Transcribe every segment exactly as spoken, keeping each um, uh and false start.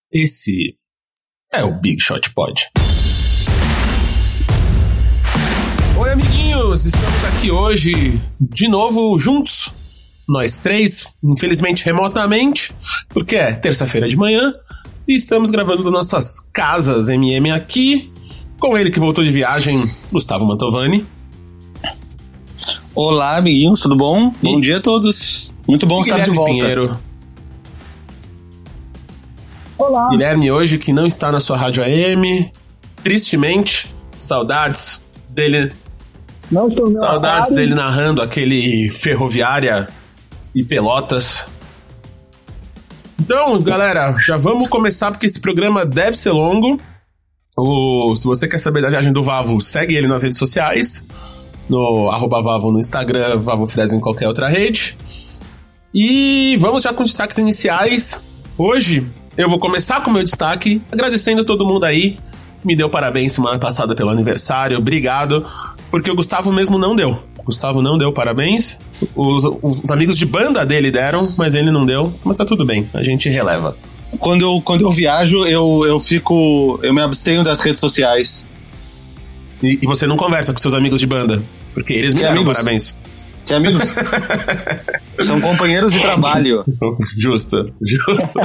Esse é o Big Shot Pod. Oi, amiguinhos! Estamos aqui hoje de novo juntos, nós três, infelizmente remotamente, porque é terça-feira de manhã e estamos gravando das nossas casas M M aqui, com ele que voltou de viagem, Gustavo Mantovani. Olá, amiguinhos, tudo bom? E... Bom dia a todos. Muito bom estar de volta. Pinheiro. Olá. Guilherme hoje que não está na sua rádio A M, tristemente, saudades dele. Não estou no Saudades dele narrando aquele Ferroviária e Pelotas. Então, galera, já vamos começar porque esse programa deve ser longo. O, se você quer saber da viagem do Vavo, segue ele nas redes sociais. No arroba Vavo no Instagram, Vavo Fresa em qualquer outra rede. E vamos já com os destaques iniciais. Hoje eu vou começar com o meu destaque, agradecendo a todo mundo aí que me deu parabéns semana passada pelo aniversário. Obrigado, porque o Gustavo mesmo não deu. O Gustavo não deu parabéns. Os, os amigos de banda dele deram, mas ele não deu. Mas tá tudo bem, a gente releva. Quando eu, quando eu viajo, eu, eu fico... Eu me abstenho das redes sociais. E, e você não conversa com seus amigos de banda? Porque eles me que deram amigos? Parabéns. Que amigos? São companheiros de trabalho. Justo, justo.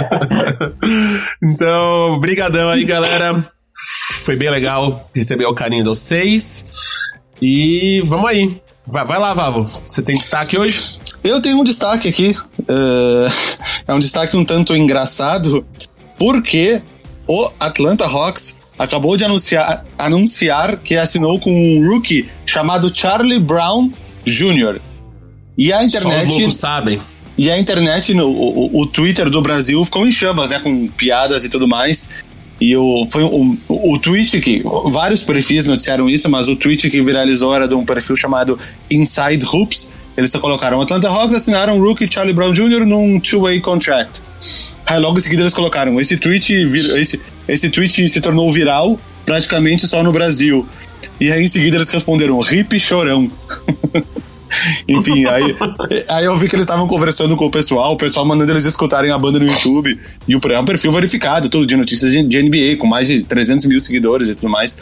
Então, brigadão aí, galera. Foi bem legal receber o carinho de vocês. E vamos aí. Vai, vai lá, Vavo. Você tem destaque hoje? Eu tenho um destaque aqui. Uh, é um destaque um tanto engraçado, porque o Atlanta Hawks acabou de anunciar, anunciar que assinou com um rookie chamado Charlie Brown Júnior E a internet... Só os loucos sabem. E a internet, no, o, o Twitter do Brasil ficou em chamas, né? Com piadas e tudo mais. E o, foi o, o tweet que... Vários perfis noticiaram isso, mas o tweet que viralizou era de um perfil chamado Inside Hoops. Eles só colocaram: Atlanta Hawks assinaram o rookie Charlie Brown Júnior num two-way contract. Aí logo em seguida eles colocaram: esse tweet, esse, esse tweet se tornou viral praticamente só no Brasil. E aí em seguida eles responderam: Hip Chorão. Enfim, aí, aí eu vi que eles estavam conversando com o pessoal, o pessoal mandando eles escutarem a banda no YouTube. E o é um perfil verificado, todo de notícias de, de N B A, com mais de trezentos mil seguidores e tudo mais.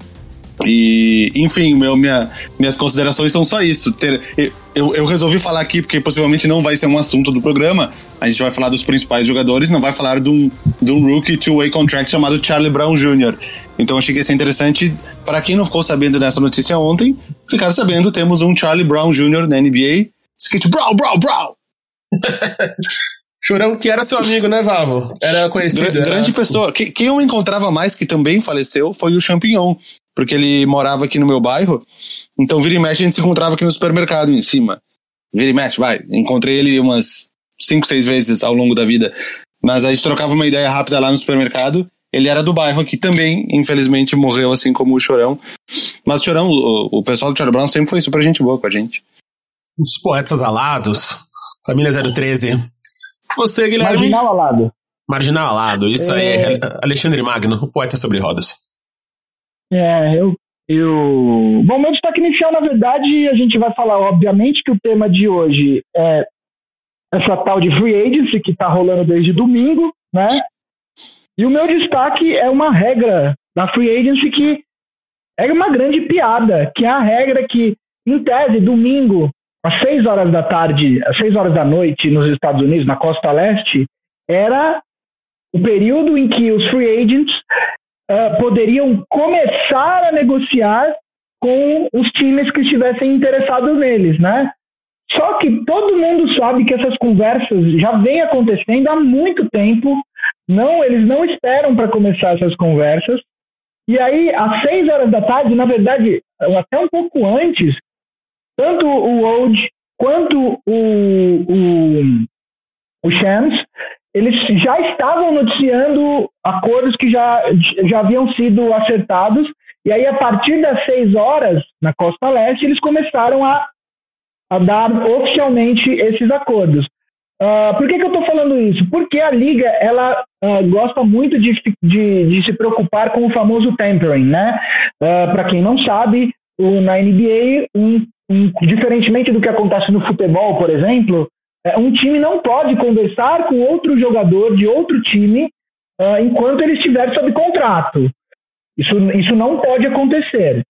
E, enfim, meu, minha, minhas considerações são só isso. Ter, eu, eu resolvi falar aqui porque possivelmente não vai ser um assunto do programa. A gente vai falar dos principais jogadores, não vai falar de um, de um rookie two-way contract chamado Charlie Brown Júnior Então achei que ia ser interessante, para quem não ficou sabendo dessa notícia ontem, ficar sabendo, temos um Charlie Brown Júnior na N B A. Skate Brown, Brown, Brown! Chorão que era seu amigo, né, Vavo? Era conhecido. Gra- grande era... pessoa. Quem, quem eu encontrava mais, que também faleceu, foi o Champignon, porque ele morava aqui no meu bairro. Então vira e mexe a gente se encontrava aqui no supermercado em cima. Vira e mexe, vai. Encontrei ele umas cinco, seis vezes ao longo da vida. Mas a gente trocava uma ideia rápida lá no supermercado. Ele era do bairro aqui também, infelizmente morreu assim como o Chorão. Mas o Chorão, o, o pessoal do Charlie Brown sempre foi super gente boa com a gente. Os poetas alados, Família zero treze. Você, Guilherme? Marginal alado. Marginal alado, isso é... aí é Alexandre Magno, o poeta sobre rodas. É, eu, eu... Bom, meu destaque inicial, na verdade, a gente vai falar, obviamente, que o tema de hoje é essa tal de free agency que tá rolando desde domingo, né? E o meu destaque é uma regra da free agency que é uma grande piada, que é a regra que, em tese, domingo, às seis horas da tarde, às seis horas da noite, nos Estados Unidos, na costa leste, era o período em que os free agents uh, poderiam começar a negociar com os times que estivessem interessados neles, né? Só que todo mundo sabe que essas conversas já vêm acontecendo há muito tempo. Não, eles não esperam para começar essas conversas. E aí, às seis horas da tarde, na verdade, até um pouco antes, tanto o Woj quanto o, o, o Shams, eles já estavam noticiando acordos que já, já haviam sido acertados. E aí, a partir das seis horas, na costa leste, eles começaram a a dar oficialmente esses acordos. Uh, por que, que eu estou falando isso? Porque a Liga ela, uh, gosta muito de, de, de se preocupar com o famoso tampering, né? Uh, Para quem não sabe, o, na N B A, um, um, diferentemente do que acontece no futebol, por exemplo, um time não pode conversar com outro jogador de outro time uh, enquanto ele estiver sob contrato. Isso, isso não pode acontecer.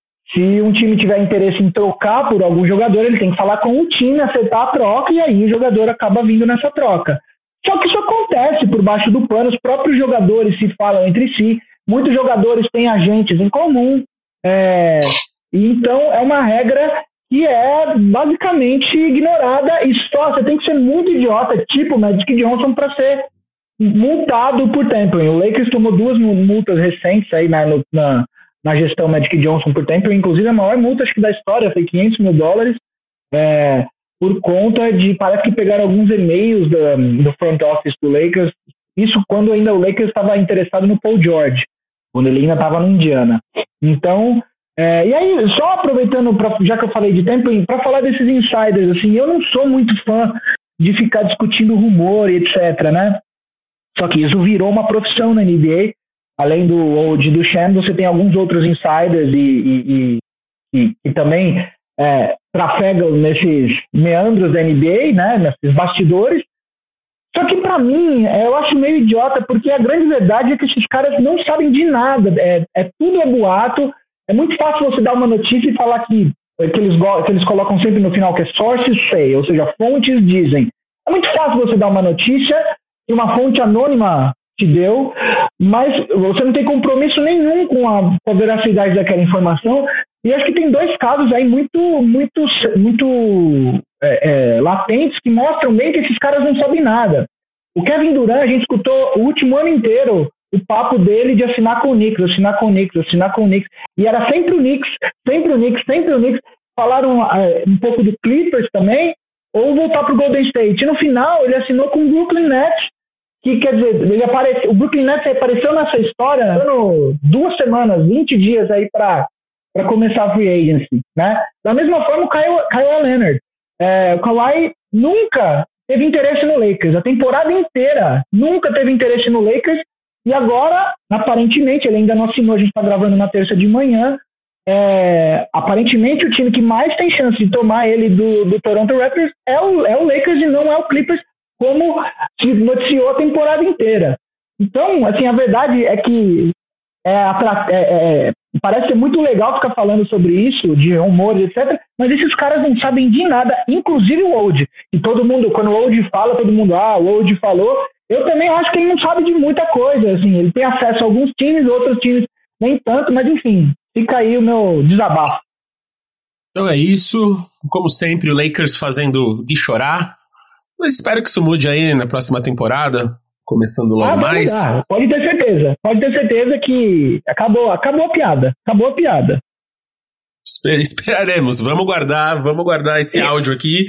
Se um time tiver interesse em trocar por algum jogador, ele tem que falar com o time, acertar a troca, e aí o jogador acaba vindo nessa troca. Só que isso acontece por baixo do pano, os próprios jogadores se falam entre si, muitos jogadores têm agentes em comum, é, e então é uma regra que é basicamente ignorada, e só você tem que ser muito idiota, tipo Magic Johnson, para ser multado por tampering. O Lakers tomou duas multas recentes aí na, na, na gestão Magic Johnson por tampering, inclusive a maior multa acho que da história foi quinhentos mil dólares, é, por conta de, parece que pegaram alguns e-mails do, do front office do Lakers, isso quando ainda o Lakers estava interessado no Paul George, quando ele ainda estava no Indiana. Então, é, e aí, só aproveitando, pra, já que eu falei de tampering, para falar desses insiders, assim, eu não sou muito fã de ficar discutindo rumor e etc, né? Só que isso virou uma profissão na N B A. Além do Woj e do Shan, você tem alguns outros insiders e, e, e, e, e também é, trafegam nesses meandros da N B A, né, nesses bastidores. Só que pra mim, eu acho meio idiota, porque a grande verdade é que esses caras não sabem de nada. É, é tudo é boato. É muito fácil você dar uma notícia e falar que, que, eles, que eles colocam sempre no final que é sources say, ou seja, fontes dizem. É muito fácil você dar uma notícia que uma fonte anônima te deu, mas você não tem compromisso nenhum com a, com a veracidade daquela informação. E acho que tem dois casos aí muito, muito, muito é, é, latentes que mostram bem que esses caras não sabem nada. O Kevin Durant, a gente escutou o último ano inteiro o papo dele de assinar com o Knicks, assinar com o Knicks, assinar com o Knicks, e era sempre o Knicks, sempre o Knicks, sempre o Knicks. Falaram é, um pouco do Clippers também, ou voltar para o Golden State. E no final ele assinou com o Brooklyn Nets, que quer dizer, ele aparece, o Brooklyn Nets apareceu nessa história dando duas semanas, vinte dias aí para começar a free agency, né? Da mesma forma o Kawhi, Kawhi Leonard. É, o Kawhi nunca teve interesse no Lakers, a temporada inteira nunca teve interesse no Lakers, e agora, aparentemente, ele ainda não assinou, a gente está gravando na terça de manhã, é, aparentemente o time que mais tem chance de tomar ele do, do Toronto Raptors é o, é o Lakers e não é o Clippers, como se noticiou a temporada inteira. Então, assim, a verdade é que é, é, é, parece ser muito legal ficar falando sobre isso, de rumores, etcétera, mas esses caras não sabem de nada, inclusive o Woj. E todo mundo, quando o Woj fala, todo mundo, ah, o Woj falou. Eu também acho que ele não sabe de muita coisa, assim, ele tem acesso a alguns times, outros times nem tanto, mas enfim, fica aí o meu desabafo. Então é isso, como sempre o Lakers fazendo de chorar, mas espero que isso mude aí na próxima temporada, começando logo ah, mais. Mudar. Pode ter certeza, pode ter certeza que acabou, acabou a piada, acabou a piada. Esper- esperaremos, vamos guardar, vamos guardar esse áudio aqui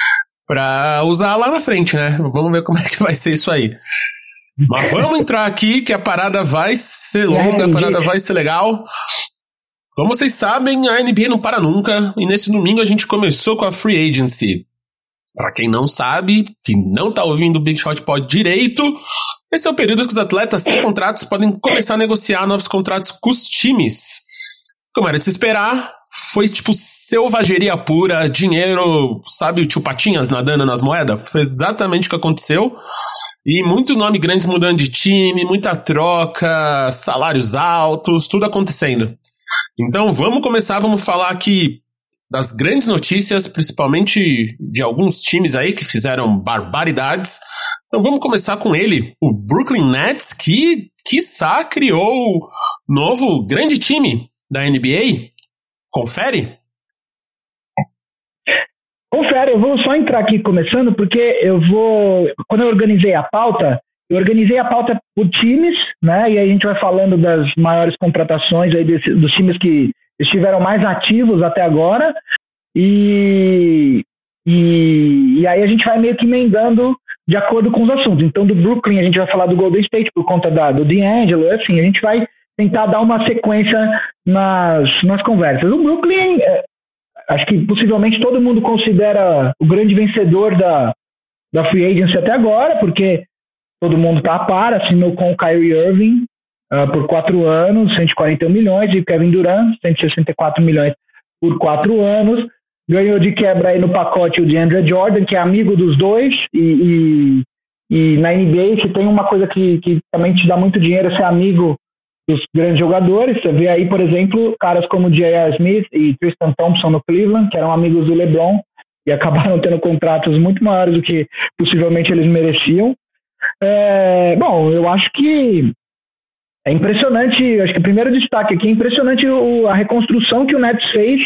pra usar lá na frente, né? Vamos ver como é que vai ser isso aí. Mas vamos entrar aqui, que a parada vai ser longa, a parada vai ser legal. Como vocês sabem, a N B A não para nunca, e nesse domingo a gente começou com a Free Agency. Pra quem não sabe, que não tá ouvindo o Big Shot Pod direito, esse é o período que os atletas sem contratos podem começar a negociar novos contratos com os times. Como era de se esperar, foi tipo selvageria pura, dinheiro, sabe o tio Patinhas nadando nas moedas? Foi exatamente o que aconteceu. E muito nome grandes mudando de time, muita troca, salários altos, tudo acontecendo. Então vamos começar, vamos falar aqui das grandes notícias, principalmente de alguns times aí que fizeram barbaridades. Então vamos começar com ele, o Brooklyn Nets, que, quiçá, criou o novo grande time da N B A. Confere? Confere, eu vou só entrar aqui começando, porque eu vou... Quando eu organizei a pauta, eu organizei a pauta por times, né? E aí a gente vai falando das maiores contratações aí desse, dos times que estiveram mais ativos até agora. E, e, e aí a gente vai meio que emendando de acordo com os assuntos. Então, do Brooklyn, a gente vai falar do Golden State por conta da, do D'Angelo, assim, a gente vai tentar dar uma sequência nas, nas conversas. O Brooklyn, é, acho que possivelmente todo mundo considera o grande vencedor da, da Free Agency até agora, porque todo mundo está a par, assinou com o Kyrie Irving uh, por quatro anos, cento e quarenta e um milhões, e o Kevin Durant, cento e sessenta e quatro milhões por quatro anos. Ganhou de quebra aí no pacote o DeAndre Jordan, que é amigo dos dois, e, e, E na N B A, se tem uma coisa que, que também te dá muito dinheiro, é ser amigo dos grandes jogadores. Você vê aí, por exemplo, caras como J R. Smith e Tristan Thompson no Cleveland, que eram amigos do LeBron e acabaram tendo contratos muito maiores do que possivelmente eles mereciam. É, bom, eu acho que é impressionante, acho que o primeiro destaque aqui é impressionante o, a reconstrução que o Nets fez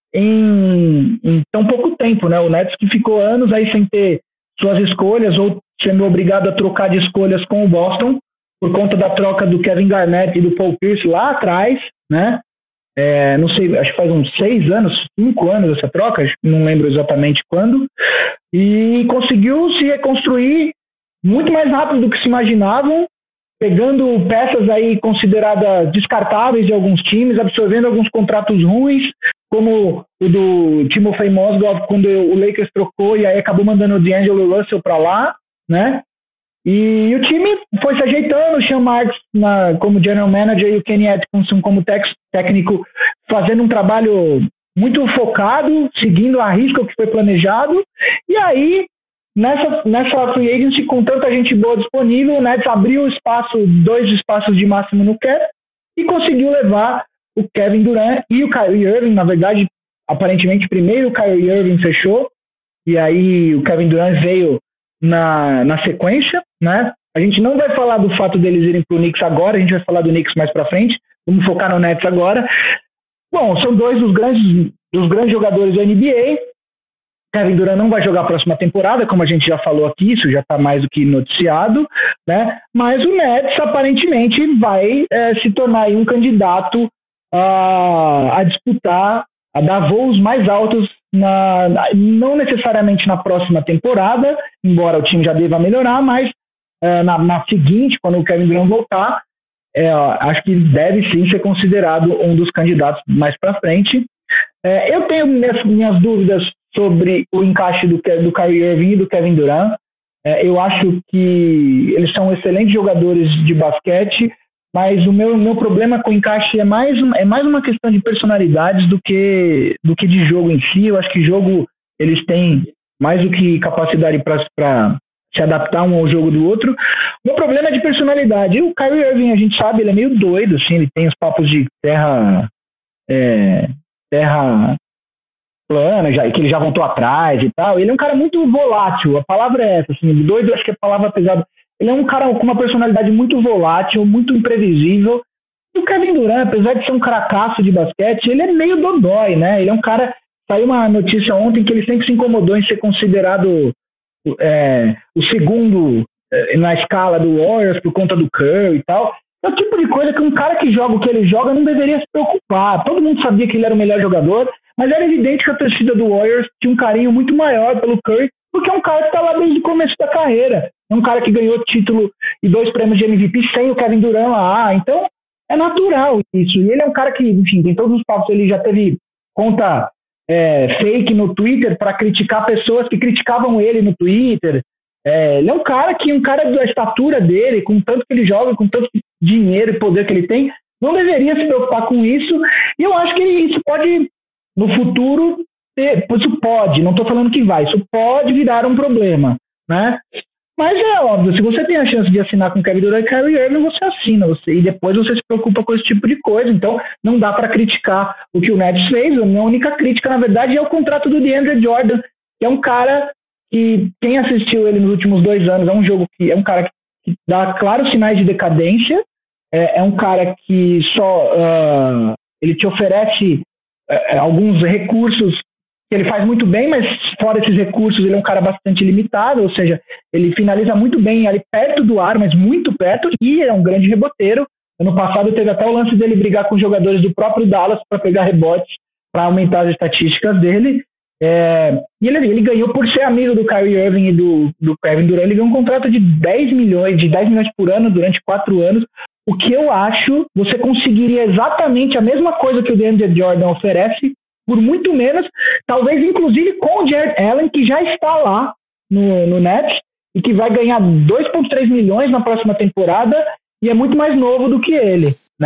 em, em tão pouco tempo, né? O Nets que ficou anos aí sem ter suas escolhas ou sendo obrigado a trocar de escolhas com o Boston por conta da troca do Kevin Garnett e do Paul Pierce lá atrás, né? É, não sei, acho que faz uns seis anos, cinco anos essa troca, não lembro exatamente quando, e conseguiu se reconstruir muito mais rápido do que se imaginavam, pegando peças aí consideradas descartáveis de alguns times, absorvendo alguns contratos ruins, como o do Timofey Mozgov, quando o Lakers trocou e aí acabou mandando o D'Angelo Russell para lá, né? E o time foi se ajeitando, o Sean Marks na, como general manager e o Kenny Atkinson como tex, técnico, fazendo um trabalho muito focado, seguindo a risca o que foi planejado. E aí, nessa, nessa free agency, com tanta gente boa disponível, o Nets abriu espaço, dois espaços de máximo no cap e conseguiu levar o Kevin Durant e o Kyrie Irving. Na verdade, aparentemente, primeiro o Kyrie Irving fechou e aí o Kevin Durant veio na, na sequência, né? A gente não vai falar do fato deles irem pro Knicks agora, a gente vai falar do Knicks mais pra frente, vamos focar no Nets agora. Bom, são dois dos grandes, dos grandes jogadores da N B A. Kevin Durant não vai jogar a próxima temporada, como a gente já falou aqui, isso já está mais do que noticiado, né? Mas o Nets aparentemente vai é, se tornar aí um candidato a, a disputar, a dar voos mais altos, na, na, não necessariamente na próxima temporada, embora o time já deva melhorar, mas é, na, na seguinte, quando o Kevin Durant voltar, é, acho que deve sim ser considerado um dos candidatos mais para frente. É, eu tenho minhas, minhas dúvidas sobre o encaixe do, do Kyrie Irving e do Kevin Durant. É, eu acho que eles são excelentes jogadores de basquete, mas o meu, meu problema com o encaixe é mais, é mais uma questão de personalidades do que, do que de jogo em si. Eu acho que jogo eles têm mais do que capacidade para se adaptar um ao jogo do outro. O meu problema é de personalidade. E o Kyrie Irving, a gente sabe, ele é meio doido, assim, ele tem os papos de terra... É, terra plana, já, que ele já voltou atrás e tal. Ele é um cara muito volátil, a palavra é essa, assim, doido, acho que é a palavra pesada. Ele é um cara com uma personalidade muito volátil, muito imprevisível. E o Kevin Durant, apesar de ser um cracaço de basquete, ele é meio dodói, né? Ele é um cara... Saiu uma notícia ontem que ele sempre se incomodou em ser considerado é, o segundo é, na escala do Warriors por conta do Curry e tal. É o tipo de coisa que um cara que joga o que ele joga não deveria se preocupar. Todo mundo sabia que ele era o melhor jogador, mas era evidente que a torcida do Warriors tinha um carinho muito maior pelo Curry, porque é um cara que está lá desde o começo da carreira. É um cara que ganhou título e dois prêmios de M V P sem o Kevin Durant lá. Então, é natural isso. E ele é um cara que, enfim, tem todos os papos. Ele já teve conta é, fake no Twitter para criticar pessoas que criticavam ele no Twitter. É, ele é um cara que, um cara da estatura dele, com tanto que ele joga, com tanto dinheiro e poder que ele tem, não deveria se preocupar com isso. E eu acho que isso pode, no futuro, ter, isso pode, não estou falando que vai, isso pode virar um problema, né? Mas é óbvio, se você tem a chance de assinar com o Kevin Durant e Kyrie Irving, você assina, você, e depois você se preocupa com esse tipo de coisa. Então, não dá para criticar o que o Nets fez. A minha única crítica, na verdade, é o contrato do DeAndre Jordan, que é um cara que, quem assistiu ele nos últimos dois anos, é um jogo que é um cara que dá claros sinais de decadência, é, é um cara que só uh, ele te oferece uh, alguns recursos que ele faz muito bem, mas fora esses recursos ele é um cara bastante limitado, ou seja, ele finaliza muito bem ali perto do ar, mas muito perto, e é um grande reboteiro. Ano passado teve até o lance dele brigar com os jogadores do próprio Dallas para pegar rebotes, para aumentar as estatísticas dele. É, e ele, ele ganhou, por ser amigo do Kyrie Irving e do, do Kevin Durant, ele ganhou um contrato de dez milhões, de dez milhões por ano durante quatro anos, o que eu acho, você conseguiria exatamente a mesma coisa que o DeAndre Jordan oferece, por muito menos, talvez inclusive com o Jarrett Allen, que já está lá no, no Nets, e que vai ganhar dois vírgula três milhões na próxima temporada, e é muito mais novo do que ele, né?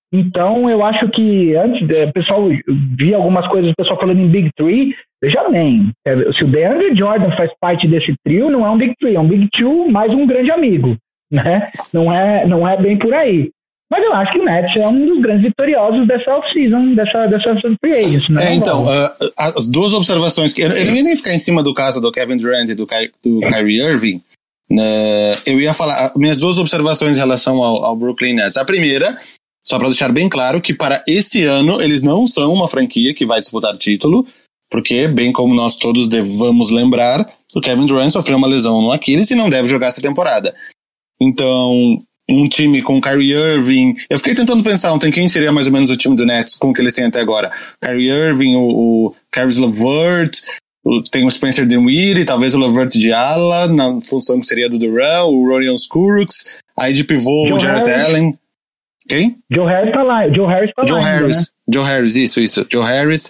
Então, eu acho que antes, o pessoal via algumas coisas, o pessoal falando em Big Three, veja bem, se o DeAndre Jordan faz parte desse trio, não é um Big Three, é um Big Two mais um grande amigo, né? Não é, não é bem por aí. Mas eu acho que o Nets é um dos grandes vitoriosos dessa off-season, dessa, dessa free agents, né? É, então, uh, as duas observações, que eu, eu não ia nem ficar em cima do caso do Kevin Durant e do, Ky, do Kyrie Irving, né? Eu ia falar, minhas duas observações em relação ao, ao Brooklyn Nets. A primeira, só para deixar bem claro que para esse ano eles não são uma franquia que vai disputar título, porque, bem como nós todos devamos lembrar, o Kevin Durant sofreu uma lesão no Aquiles e não deve jogar essa temporada. Então, um time com o Kyrie Irving, eu fiquei tentando pensar ontem quem seria mais ou menos o time do Nets com o que eles têm até agora. Kyrie Irving, o, o Caris LeVert, o, tem o Spencer Dinwiddie, talvez o LeVert de ala, na função que seria do Durant, o Rodion Kurucs, aí de pivô o Jarrett Allen. Quem? Joe Harris tá lá, Joe Harris tá Joe lá Harris, ainda, né? Joe Harris, isso, isso, Joe Harris,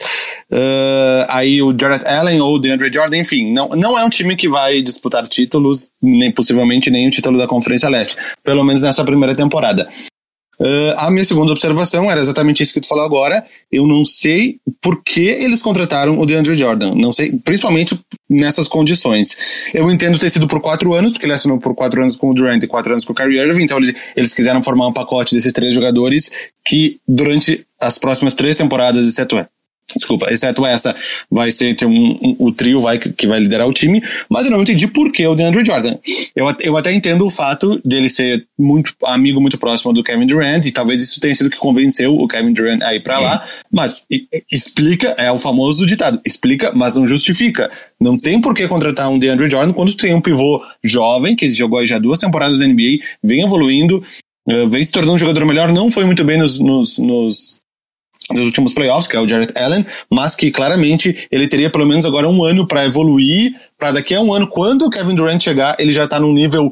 uh, aí o Jarrett Allen ou o DeAndre Jordan, enfim, não, não é um time que vai disputar títulos, nem possivelmente nem o título da Conferência Leste, pelo menos nessa primeira temporada. Uh, a minha segunda observação era exatamente isso que tu falou agora. Eu não sei por que eles contrataram o DeAndre Jordan, não sei, principalmente nessas condições. Eu entendo ter sido por quatro anos, porque ele assinou por quatro anos com o Durant e quatro anos com o Kyrie Irving, então eles, eles quiseram formar um pacote desses três jogadores que durante as próximas três temporadas, exceto é Desculpa, exceto essa, vai ser ter um, um, o trio vai, que vai liderar o time, mas eu não entendi por que o DeAndre Jordan. Eu, eu até entendo o fato dele ser muito amigo muito próximo do Kevin Durant, e talvez isso tenha sido o que convenceu o Kevin Durant a ir pra lá, mas e, explica, é o famoso ditado, explica, mas não justifica. Não tem por que contratar um DeAndre Jordan quando tem um pivô jovem, que jogou já duas temporadas da N B A, vem evoluindo, uh, vem se tornando um jogador melhor, não foi muito bem nos... nos, nos nos últimos playoffs, que é o Jarrett Allen, mas que claramente ele teria pelo menos agora um ano para evoluir, para daqui a um ano, quando o Kevin Durant chegar, ele já tá num nível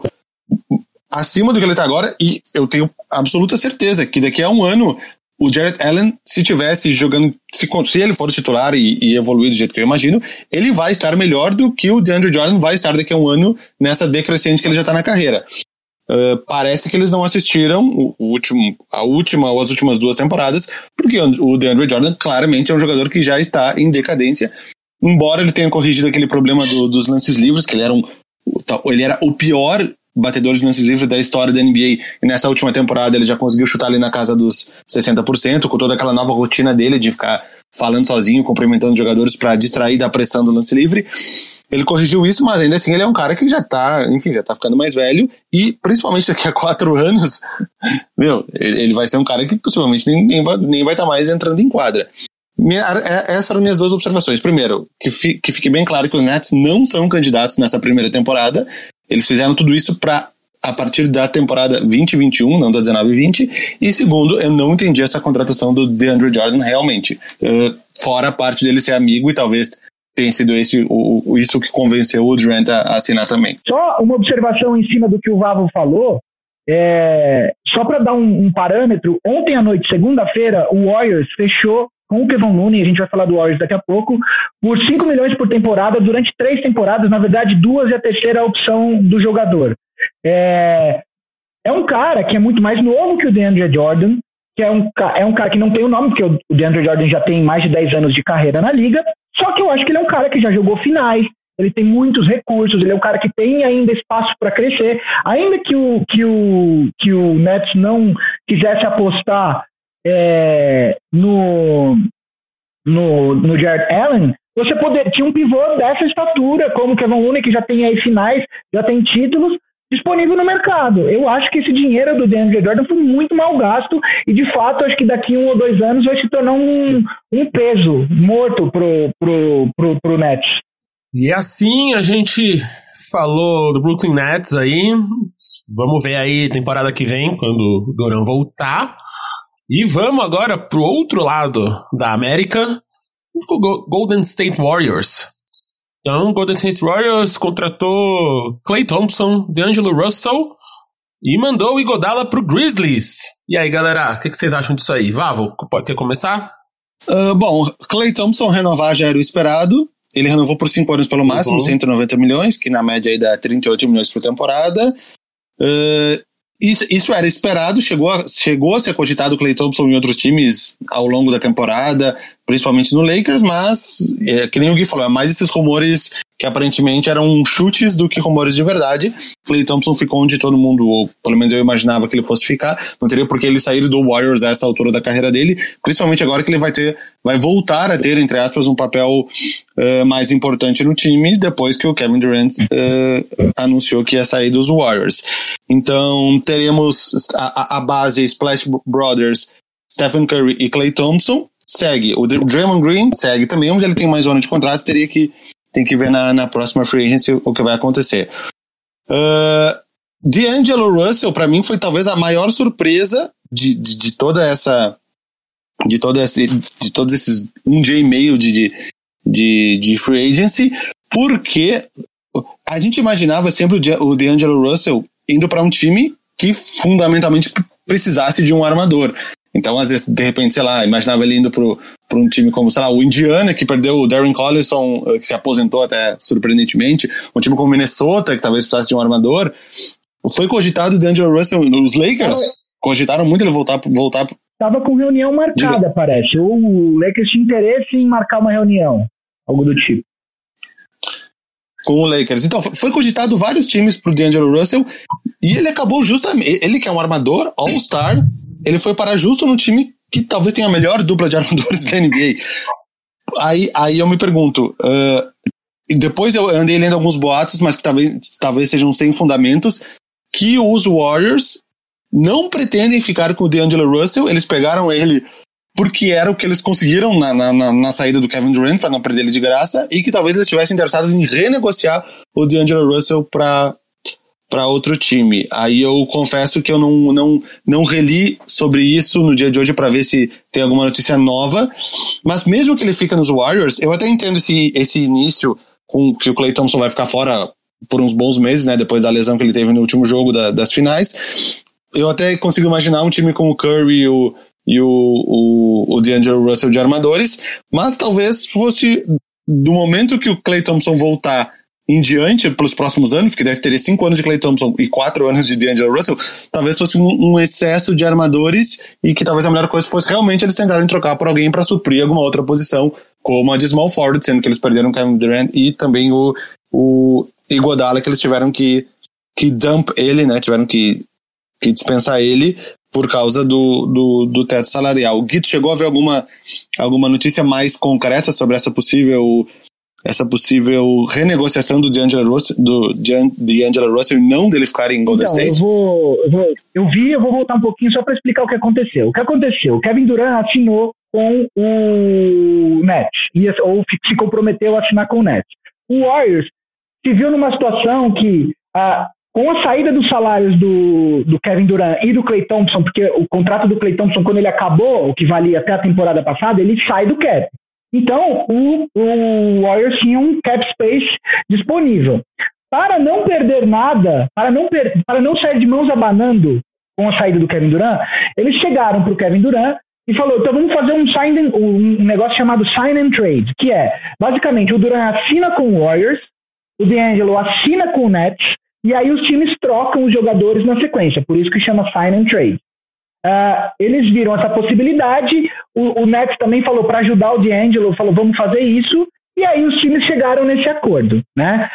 acima do que ele tá agora, e eu tenho absoluta certeza que daqui a um ano o Jarrett Allen, se tivesse jogando, se, se ele for titular e, e evoluir do jeito que eu imagino, ele vai estar melhor do que o DeAndre Jordan vai estar daqui a um ano nessa decrescente que ele já tá na carreira. Uh, parece que eles não assistiram o, o último, a última ou as últimas duas temporadas, porque o DeAndre Jordan claramente é um jogador que já está em decadência, embora ele tenha corrigido aquele problema do, dos lances livres, que ele era, um, ele era o pior batedor de lances livres da história da N B A, e nessa última temporada ele já conseguiu chutar ali na casa dos sessenta por cento, com toda aquela nova rotina dele de ficar falando sozinho, cumprimentando os jogadores para distrair da pressão do lance livre. Ele corrigiu isso, mas ainda assim ele é um cara que já tá, enfim, já tá ficando mais velho, e principalmente daqui a quatro anos, meu, ele vai ser um cara que possivelmente nem, nem vai nem vai estar tá mais entrando em quadra. Minha, essas eram minhas duas observações. Primeiro, que, fi, que fique bem claro que os Nets não são candidatos nessa primeira temporada, eles fizeram tudo isso para a partir da temporada vinte e vinte e um, não da dezenove vinte, e segundo, eu não entendi essa contratação do DeAndre Jordan realmente, uh, fora a parte dele ser amigo e talvez tem sido esse, o, isso que convenceu o Durant a assinar também. Só uma observação em cima do que o Vavo falou, é, só para dar um, um parâmetro, ontem à noite, segunda-feira, o Warriors fechou com o Kevon Looney, a gente vai falar do Warriors daqui a pouco, por cinco milhões por temporada, durante três temporadas, na verdade duas e a terceira opção do jogador. É, é um cara que é muito mais novo que o DeAndre Jordan, que é um, é um cara que não tem o nome, porque o DeAndre Jordan já tem mais de dez anos de carreira na liga, só que eu acho que ele é um cara que já jogou finais, ele tem muitos recursos, ele é um cara que tem ainda espaço para crescer, ainda que o, que, o, que o Nets não quisesse apostar é, no, no, no Jarrett Allen, você poder, tinha um pivô dessa estatura, como o Kevon Looney, que já tem aí finais, já tem títulos, disponível no mercado. Eu acho que esse dinheiro do DeAndre Jordan foi muito mal gasto e, de fato, acho que daqui um ou dois anos vai se tornar um, um peso morto pro, pro, pro, pro Nets. E assim a gente falou do Brooklyn Nets aí. Vamos ver aí temporada que vem, quando o Durant voltar. E vamos agora pro outro lado da América, o Golden State Warriors. Então, o Golden State Warriors contratou Klay Thompson, D'Angelo Russell e mandou o Iguodala pro Grizzlies. E aí, galera, o que, que vocês acham disso aí? Vavo, quer começar? Uh, bom, Klay Thompson renovar já era o esperado. Ele renovou por cinco anos pelo máximo, uhum. cento e noventa milhões, que na média aí dá trinta e oito milhões por temporada. Uh, isso, isso era esperado, chegou a, chegou a ser cogitado o Klay Thompson em outros times ao longo da temporada, principalmente no Lakers, mas, é, que nem o Gui falou, é mais esses rumores que aparentemente eram chutes do que rumores de verdade. Klay Thompson ficou onde todo mundo, ou pelo menos eu imaginava que ele fosse ficar, não teria por que ele sair do Warriors a essa altura da carreira dele, principalmente agora que ele vai ter, vai voltar a ter, entre aspas, um papel uh, mais importante no time, depois que o Kevin Durant uh, anunciou que ia sair dos Warriors. Então, teremos a, a base Splash Brothers, Stephen Curry e Klay Thompson, segue. O Draymond Green segue também, mas ele tem mais um ano de contrato, teria que tem que ver na, na próxima free agency o que vai acontecer. Uh, D'Angelo Russell, pra mim, foi talvez a maior surpresa de, de, de toda essa de, toda essa, de todos esses um dia e meio de, de, de, de free agency, porque a gente imaginava sempre o D'Angelo Russell indo para um time que fundamentalmente precisasse de um armador. Então, às vezes, de repente, sei lá, imaginava ele indo pro, pro um time como, sei lá, o Indiana, que perdeu o Darren Collison, que se aposentou até surpreendentemente, um time como o Minnesota, que talvez precisasse de um armador. Foi cogitado o D'Angelo Russell, os Lakers cogitaram muito ele voltar, voltar Tava com reunião marcada, Diga. parece. O Lakers tinha interesse em marcar uma reunião, algo do tipo. Com o Lakers. Então, foi cogitado vários times pro D'Angelo Russell, e ele acabou justamente, ele que é um armador, All-Star, ele foi parar justo no time que talvez tenha a melhor dupla de armadores da N B A. Aí, aí eu me pergunto, uh, e depois eu andei lendo alguns boatos, mas que talvez, talvez sejam sem fundamentos, que os Warriors não pretendem ficar com o D'Angelo Russell, eles pegaram ele porque era o que eles conseguiram na, na, na saída do Kevin Durant, para não perder ele de graça, e que talvez eles estivessem interessados em renegociar o D'Angelo Russell para para outro time. Aí eu confesso que eu não, não, não reli sobre isso no dia de hoje para ver se tem alguma notícia nova, mas mesmo que ele fique nos Warriors, eu até entendo esse, esse início com que o Klay Thompson vai ficar fora por uns bons meses, né, depois da lesão que ele teve no último jogo da, das finais. Eu até consigo imaginar um time com o Curry e o, e o, o, o D'Angelo Russell de armadores, mas talvez fosse do momento que o Klay Thompson voltar em diante, pelos próximos anos, que deve ter cinco anos de Klay Thompson e quatro anos de D'Angelo Russell, talvez fosse um, um excesso de armadores e que talvez a melhor coisa fosse realmente eles tentarem trocar por alguém para suprir alguma outra posição, como a de small forward, sendo que eles perderam o Kevin Durant e também o, o Iguodala, que eles tiveram que, que dump ele, né, tiveram que, que dispensar ele por causa do, do, do teto salarial. O Guito chegou a ver alguma, alguma notícia mais concreta sobre essa possível essa possível renegociação do D'Angelo Russell, do D'Angelo Russell e não dele ficar em Golden então, State? Eu, vou, eu, vou, eu vi, eu vou voltar um pouquinho só para explicar o que aconteceu. O que aconteceu? O Kevin Durant assinou com o Nets, ou se comprometeu a assinar com o Nets. O Warriors se viu numa situação que, ah, com a saída dos salários do, do Kevin Durant e do Klay Thompson, porque o contrato do Klay Thompson, quando ele acabou, o que valia até a temporada passada, ele sai do cap. Então, o, o Warriors tinha um cap space disponível. Para não perder nada, para não, per, para não sair de mãos abanando com a saída do Kevin Durant, eles chegaram para o Kevin Durant e falou, então vamos fazer um, sign and, um negócio chamado sign and trade, que é, basicamente, o Durant assina com o Warriors, o D'Angelo assina com o Nets, e aí os times trocam os jogadores na sequência, por isso que chama sign and trade. Uh, eles viram essa possibilidade, o, o Nets também falou para ajudar o D'Angelo, falou vamos fazer isso, e aí os times chegaram nesse acordo, né?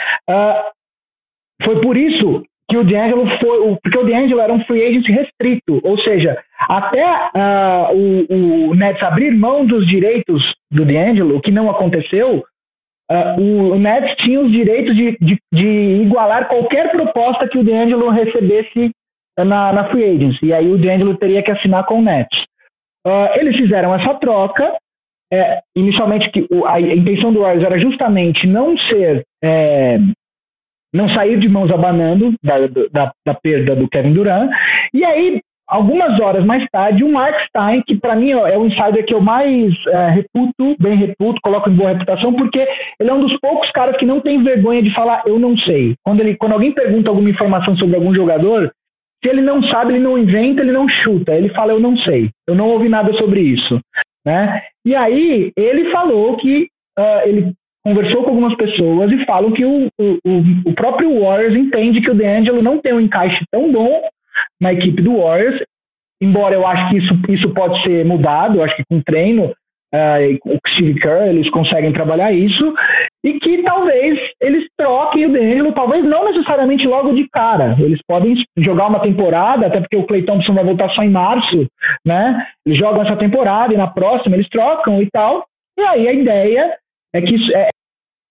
Uh, foi por isso que o D'Angelo foi, porque o D'Angelo era um free agent restrito, ou seja, até uh, o, o Nets abrir mão dos direitos do D'Angelo, o que não aconteceu, uh, o, o Nets tinha os direitos de, de, de igualar qualquer proposta que o D'Angelo recebesse Na, na free agency, e aí o D'Angelo teria que assinar com o Nets. Uh, eles fizeram essa troca, é, inicialmente que o, a, a intenção do Warriors era justamente não ser, é, não sair de mãos abanando da, da, da perda do Kevin Durant, e aí, algumas horas mais tarde, o Mark Stein, que para mim é o insider que eu mais é, reputo, bem reputo, coloco em boa reputação, porque ele é um dos poucos caras que não tem vergonha de falar eu não sei. Quando, ele, quando alguém pergunta alguma informação sobre algum jogador, se ele não sabe, ele não inventa, ele não chuta. Ele fala, eu não sei. Eu não ouvi nada sobre isso. Né? E aí, ele falou que uh, ele conversou com algumas pessoas e falam que o, o, o próprio Warriors entende que o D'Angelo não tem um encaixe tão bom na equipe do Warriors, embora eu acho que isso, isso pode ser mudado, eu acho que com treino, uh, o Steve Kerr, eles conseguem trabalhar isso, e que talvez eles troquem o D'Angelo, talvez não necessariamente logo de cara, eles podem jogar uma temporada, até porque o Klay Thompson vai voltar só em março, né? Eles jogam essa temporada e na próxima eles trocam e tal, e aí a ideia é que isso é,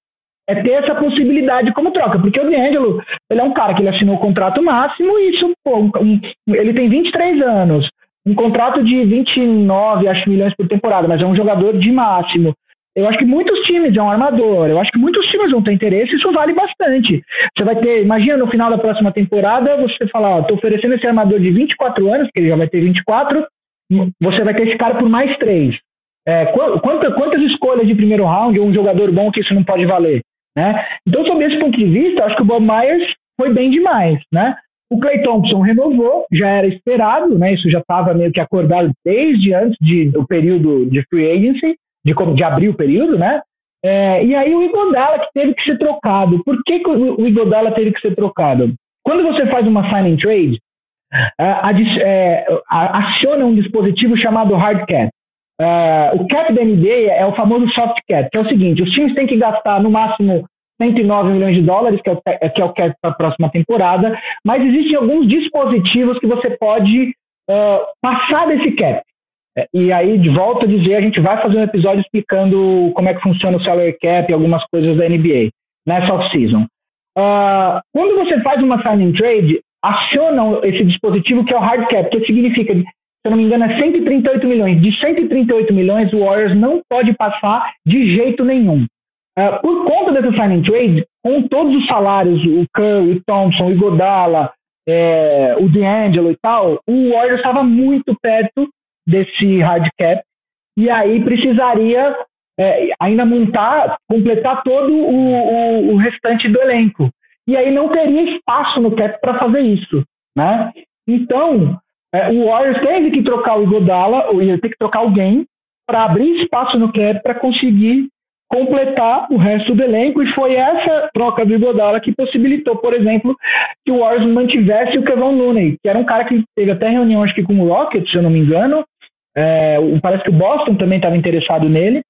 é ter essa possibilidade como troca, porque o D'Angelo, ele é um cara que ele assinou o contrato máximo e isso, pô, um, um, ele tem vinte e três anos, um contrato de vinte e nove, acho, milhões por temporada, mas é um jogador de máximo. Eu acho que muitos times, é um armador, eu acho que muitos times vão ter interesse, isso vale bastante. Você vai ter, imagina no final da próxima temporada, você falar, ó, tô oferecendo esse armador de vinte e quatro anos, que ele já vai ter vinte e quatro, você vai ter esse cara por mais três. É, quantas, quantas escolhas de primeiro round, ou um jogador bom que isso não pode valer? Né? Então, sob esse ponto de vista, acho que o Bob Myers foi bem demais. Né? O Klay Thompson renovou, já era esperado, né? Isso já estava meio que acordado desde antes de, do período de free agency, de, de abrir o período, né? É, e aí o Iguodala que teve que ser trocado. Por que, que o Iguodala teve que ser trocado? Quando você faz uma sign and trade, a, a, é, a, aciona um dispositivo chamado hard cap. Uh, o cap da N B A é o famoso soft cap, que é o seguinte, os times têm que gastar no máximo cento e nove milhões de dólares, que é o, que é o cap para a próxima temporada, mas existem alguns dispositivos que você pode uh, passar desse cap. E aí, de volta a dizer, a gente vai fazer um episódio explicando como é que funciona o salary cap e algumas coisas da N B A nessa off-season. Uh, quando você faz uma sign and trade, aciona esse dispositivo que é o hard cap, que significa, se eu não me engano, é cento e trinta e oito milhões. De cento e trinta e oito milhões, o Warriors não pode passar de jeito nenhum. Uh, por conta dessa sign and trade, com todos os salários, o Curry, o Thompson, o Iguodala, é, o D'Angelo e tal, o Warriors estava muito perto desse hard cap, e aí precisaria é, ainda montar, completar todo o, o, o restante do elenco. E aí não teria espaço no cap para fazer isso, né? Então, é, o Warriors teve que trocar o Iguodala, ou ia ter que trocar alguém, para abrir espaço no cap para conseguir completar o resto do elenco, e foi essa troca do Iguodala que possibilitou, por exemplo, que o Warriors mantivesse o Kevon Looney, que era um cara que teve até reunião, acho que com o Rockets, se eu não me engano. É, parece que o Boston também estava interessado nele,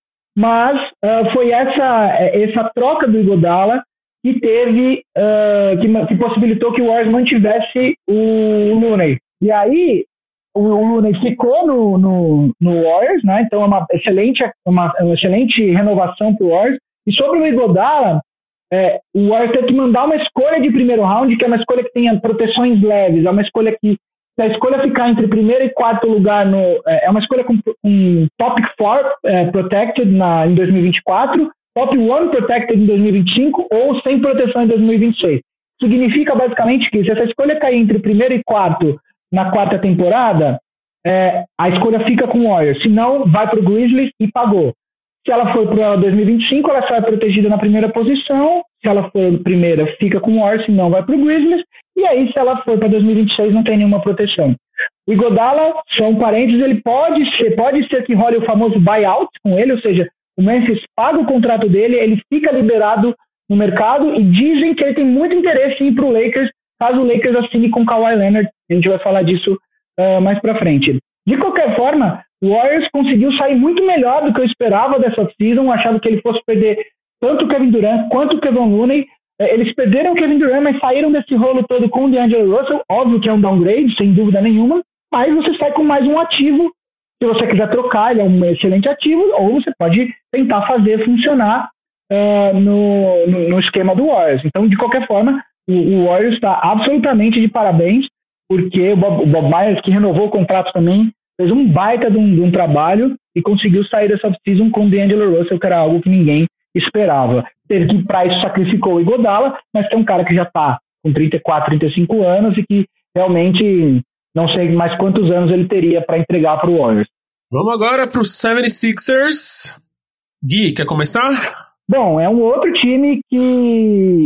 mas uh, foi essa, essa troca do Iguodala que teve, uh, que, que possibilitou que o Warriors mantivesse o Looney. E aí o, o Looney ficou no, no, no Warriors, né? Então é uma excelente, uma, uma excelente renovação para o Warriors. E sobre o Iguodala, é, o Warriors teve que mandar uma escolha de primeiro round, que é uma escolha que tenha proteções leves, é uma escolha que, se a escolha ficar entre primeiro e quarto lugar, no, é uma escolha com um top quatro é, protected na, em dois mil e vinte e quatro, top um protected em dois mil e vinte e cinco ou sem proteção em dois mil e vinte e seis. Significa basicamente que se essa escolha cair entre primeiro e quarto na quarta temporada, é, a escolha fica com o Warriors. Se não, vai para o Grizzlies e pagou. Se ela for para dois mil e vinte e cinco, ela sai protegida na primeira posição. Se ela for primeira, fica com o Warriors, se não, vai para o Grizzlies. E aí, se ela for para dois mil e vinte e seis, não tem nenhuma proteção. O Iguodala, só um parênteses, ele pode ser, pode ser que role o famoso buyout com ele, ou seja, o Memphis paga o contrato dele, ele fica liberado no mercado e dizem que ele tem muito interesse em ir para o Lakers, caso o Lakers assine com Kawhi Leonard. A gente vai falar disso uh, mais para frente. De qualquer forma, o Warriors conseguiu sair muito melhor do que eu esperava dessa off-season. Achava que ele fosse perder tanto o Kevin Durant quanto o Kevon Looney. Eles perderam o Kevin Durant, mas saíram desse rolo todo com o D'Angelo Russell. Óbvio que é um downgrade, sem dúvida nenhuma, mas você sai com mais um ativo. Se você quiser trocar, ele é um excelente ativo, ou você pode tentar fazer funcionar uh, no, no, no esquema do Warriors. Então, de qualquer forma, o, o Warriors está absolutamente de parabéns, porque o Bob, o Bob Myers, que renovou o contrato também, fez um baita de um, de um trabalho e conseguiu sair dessa off-season com o D'Angelo Russell, que era algo que ninguém esperava. Teve que, para isso, sacrificou o Iguodala, mas que é um cara que já está com trinta e quatro, trinta e cinco anos e que realmente não sei mais quantos anos ele teria para entregar para o Warriors. Vamos agora para os setenta e seis ers. Gui, quer começar? Bom, é um outro time que,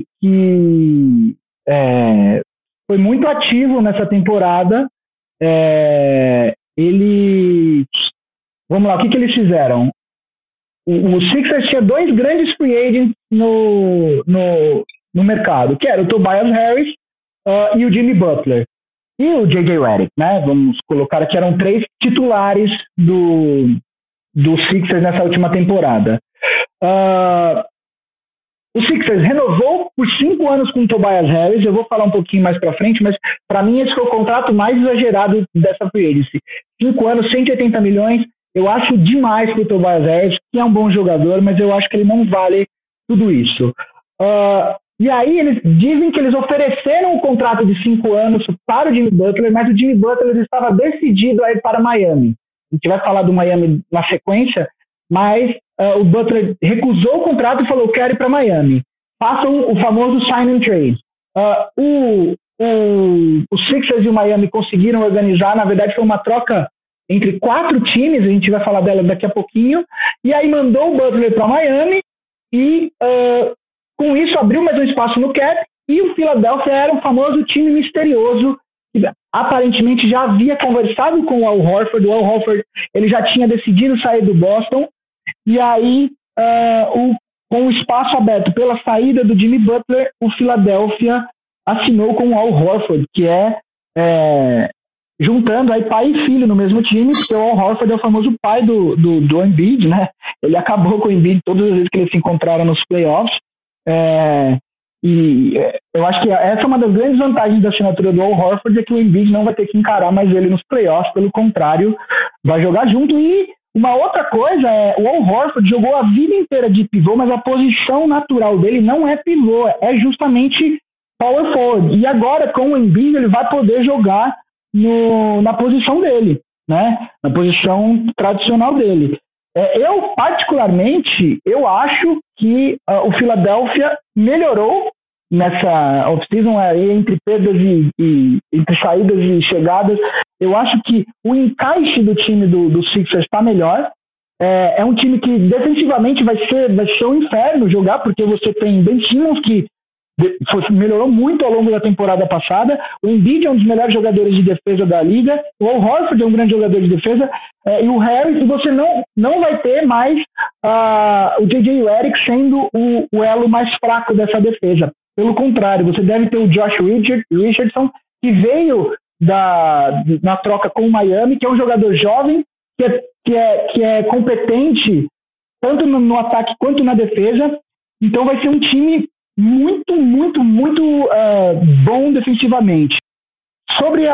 que é, foi muito ativo nessa temporada. É, ele... Vamos lá, o que, que eles fizeram? O, o Sixers tinha dois grandes free agents no, no, no mercado, que era o Tobias Harris uh, e o Jimmy Butler. e o J J Redick, né? Vamos colocar que eram três titulares do, do Sixers nessa última temporada. Uh, o Sixers renovou por cinco anos com o Tobias Harris. Eu vou falar um pouquinho mais pra frente, mas para mim esse foi o contrato mais exagerado dessa free agency. Cinco anos, cento e oitenta milhões. Eu acho demais pro Tobias Harris, que é um bom jogador, mas eu acho que ele não vale tudo isso. Uh, e aí eles dizem que eles ofereceram um contrato de cinco anos para o Jimmy Butler, mas o Jimmy Butler estava decidido a ir para Miami. A gente vai falar do Miami na sequência, mas uh, o Butler recusou o contrato e falou: quero ir para Miami. Façam o famoso sign and trade. Uh, o, o, o Sixers e o Miami conseguiram organizar, na verdade foi uma troca entre quatro times, a gente vai falar dela daqui a pouquinho, e aí mandou o Butler para Miami e uh, com isso abriu mais um espaço no cap, e o Philadelphia era um famoso time misterioso que aparentemente já havia conversado com o Al Horford. O Al Horford ele já tinha decidido sair do Boston, e aí uh, o, com o espaço aberto pela saída do Jimmy Butler, o Philadelphia assinou com o Al Horford, que é, é juntando aí pai e filho no mesmo time, porque o Al Horford é o famoso pai do, do, do Embiid, né? Ele acabou com o Embiid todas as vezes que eles se encontraram nos playoffs. É, e eu acho que essa é uma das grandes vantagens da assinatura do Al Horford, é que o Embiid não vai ter que encarar mais ele nos playoffs, pelo contrário, vai jogar junto. E uma outra coisa é, o Al Horford jogou a vida inteira de pivô, mas a posição natural dele não é pivô, é justamente power forward. E agora com o Embiid ele vai poder jogar no, na posição dele, né? Na posição tradicional dele. É, eu, particularmente, eu acho que uh, o Philadelphia melhorou nessa off-season, aí, entre perdas e, e entre saídas e chegadas. Eu acho que o encaixe do time do, do Sixers está melhor. É, é um time que defensivamente vai ser, vai ser um inferno jogar, porque você tem Ben Simmons, que melhorou muito ao longo da temporada passada. O Embiid é um dos melhores jogadores de defesa da liga. O Al Horford é um grande jogador de defesa. É, e o Harris, e você não, não vai ter mais uh, o J J Redick sendo o, o elo mais fraco dessa defesa. Pelo contrário, você deve ter o Josh Richard, Richardson, que veio da, na troca com o Miami, que é um jogador jovem, que é, que é, que é competente tanto no, no ataque quanto na defesa. Então vai ser um time muito, muito, muito uh, bom defensivamente. Sobre a,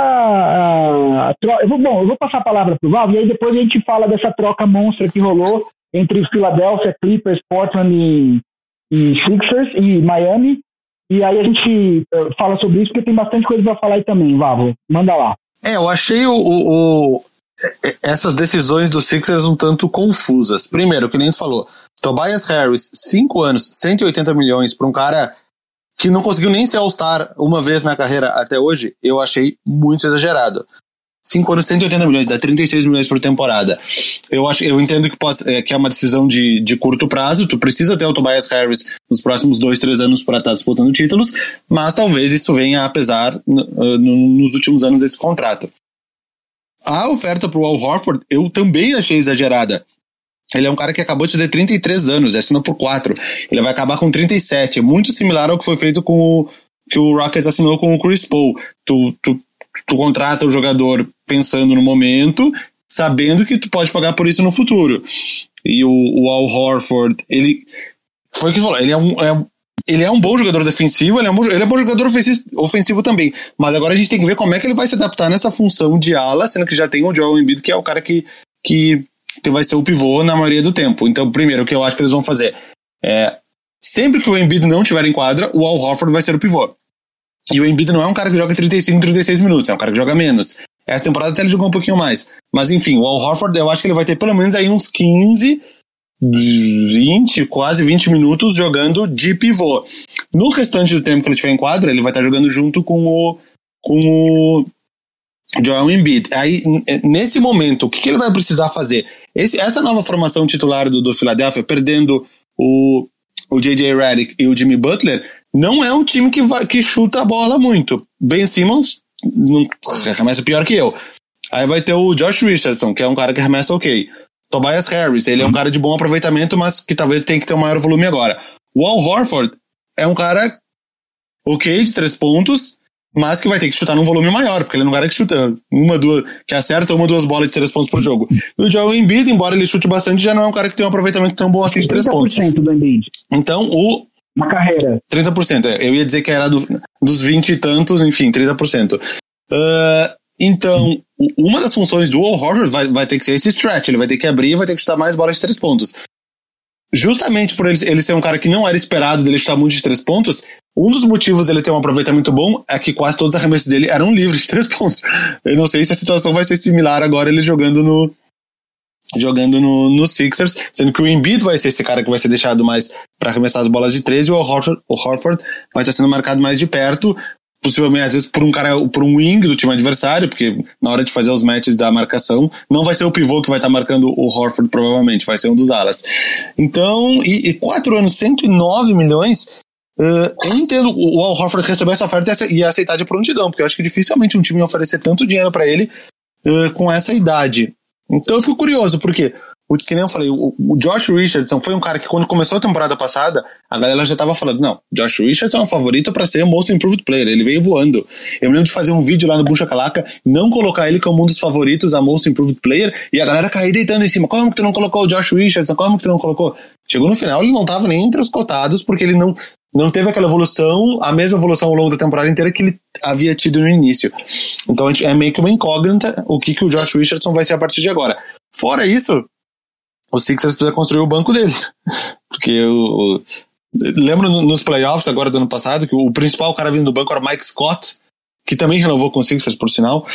a, a troca, eu vou, bom, eu vou passar a palavra para o Val, e aí depois a gente fala dessa troca monstra que rolou entre Philadelphia, Clippers, Portland e, e Sixers e Miami, e aí a gente uh, fala sobre isso, porque tem bastante coisa para falar aí também, Vavo, manda lá. É, eu achei o, o, o, essas decisões do Sixers um tanto confusas. Primeiro, que nem tu falou, Tobias Harris, cinco anos, cento e oitenta milhões para um cara que não conseguiu nem ser All-Star uma vez na carreira até hoje, eu achei muito exagerado. cinco anos, cento e oitenta milhões, dá trinta e seis milhões por temporada. Eu, acho, eu entendo que, possa, é, que é uma decisão de, de curto prazo, tu precisa ter o Tobias Harris nos próximos dois, três anos para estar disputando títulos, mas talvez isso venha a pesar no, no, nos últimos anos desse contrato. A oferta pro Al Horford eu também achei exagerada. Ele é um cara que acabou de fazer trinta e três anos, assinou por quatro. Ele vai acabar com trinta e sete. É muito similar ao que foi feito com o que o Rockets assinou com o Chris Paul. Tu, tu, tu contrata o jogador pensando no momento, sabendo que tu pode pagar por isso no futuro. E o, o Al Horford, ele foi o que falou, ele é um, é, ele é um bom jogador defensivo, ele é um bom, ele é um bom jogador ofensivo, ofensivo também. Mas agora a gente tem que ver como é que ele vai se adaptar nessa função de ala, sendo que já tem o Joel Embiid, que é o cara que, que que vai ser o pivô na maioria do tempo. Então, primeiro, o que eu acho que eles vão fazer é, sempre que o Embiid não tiver em quadra, o Al Horford vai ser o pivô. E o Embiid não é um cara que joga trinta e cinco, trinta e seis minutos, é um cara que joga menos. Essa temporada até ele jogou um pouquinho mais. Mas, enfim, o Al Horford, eu acho que ele vai ter pelo menos aí uns quinze, vinte, quase vinte minutos jogando de pivô. No restante do tempo que ele tiver em quadra, ele vai estar jogando junto com o com o Joel Embiid. Aí, nesse momento, o que, que ele vai precisar fazer? Esse, essa nova formação titular do, do Philadelphia, perdendo o, o J J Redick e o Jimmy Butler, não é um time que, vai, que chuta a bola muito. Ben Simmons não, arremessa pior que eu. Aí vai ter o Josh Richardson, que é um cara que arremessa ok. Tobias Harris, ele é um cara de bom aproveitamento, mas que talvez tenha que ter um maior volume agora. O Al Horford é um cara ok de três pontos, mas que vai ter que chutar num volume maior, porque ele não é um cara que chuta uma, duas, que acerta uma, duas bolas de três pontos por jogo. E o Joel Embiid, embora ele chute bastante, já não é um cara que tem um aproveitamento tão bom assim de três pontos. trinta por cento do Embiid. Então, o... Uma carreira. trinta por cento, é. Eu ia dizer que era do, dos vinte e tantos, enfim, trinta por cento. Uh, então, uma das funções do Al Horford vai, vai ter que ser esse stretch, ele vai ter que abrir e vai ter que chutar mais bolas de três pontos. Justamente por ele, ele ser um cara que não era esperado dele chutar muito de três pontos, um dos motivos dele ter um aproveitamento bom é que quase todos os arremessos dele eram livres de três pontos. Eu não sei se a situação vai ser similar agora ele jogando no jogando no, no Sixers, sendo que o Embiid vai ser esse cara que vai ser deixado mais para arremessar as bolas de três, e o Horford, o Horford vai estar sendo marcado mais de perto, possivelmente às vezes por um cara, por um wing do time adversário, porque na hora de fazer os matches da marcação, não vai ser o pivô que vai estar marcando o Horford, provavelmente, vai ser um dos alas. Então, e, e quatro anos, cento e nove milhões, uh, eu entendo o Al Horford receber essa oferta e aceitar de prontidão, porque eu acho que dificilmente um time ia oferecer tanto dinheiro para ele uh, com essa idade. Então eu fico curioso, porque, o, que nem eu falei, o, o Josh Richardson foi um cara que quando começou a temporada passada, a galera já tava falando, não, Josh Richardson é um favorito pra ser o Most Improved Player, ele veio voando. Eu me lembro de fazer um vídeo lá no Buncha Calaca, não colocar ele como um dos favoritos a Most Improved Player, e a galera cair deitando em cima, como que tu não colocou o Josh Richardson, como que tu não colocou? Chegou no final, ele não tava nem entre os cotados, porque ele não... não teve aquela evolução, a mesma evolução ao longo da temporada inteira que ele havia tido no início. Então é meio que uma incógnita o que, que o Josh Richardson vai ser a partir de agora. Fora isso, o Sixers precisa construir o banco dele. Porque eu, eu lembro nos playoffs agora do ano passado que o principal cara vindo do banco era o Mike Scott, que também renovou com o Sixers, por sinal.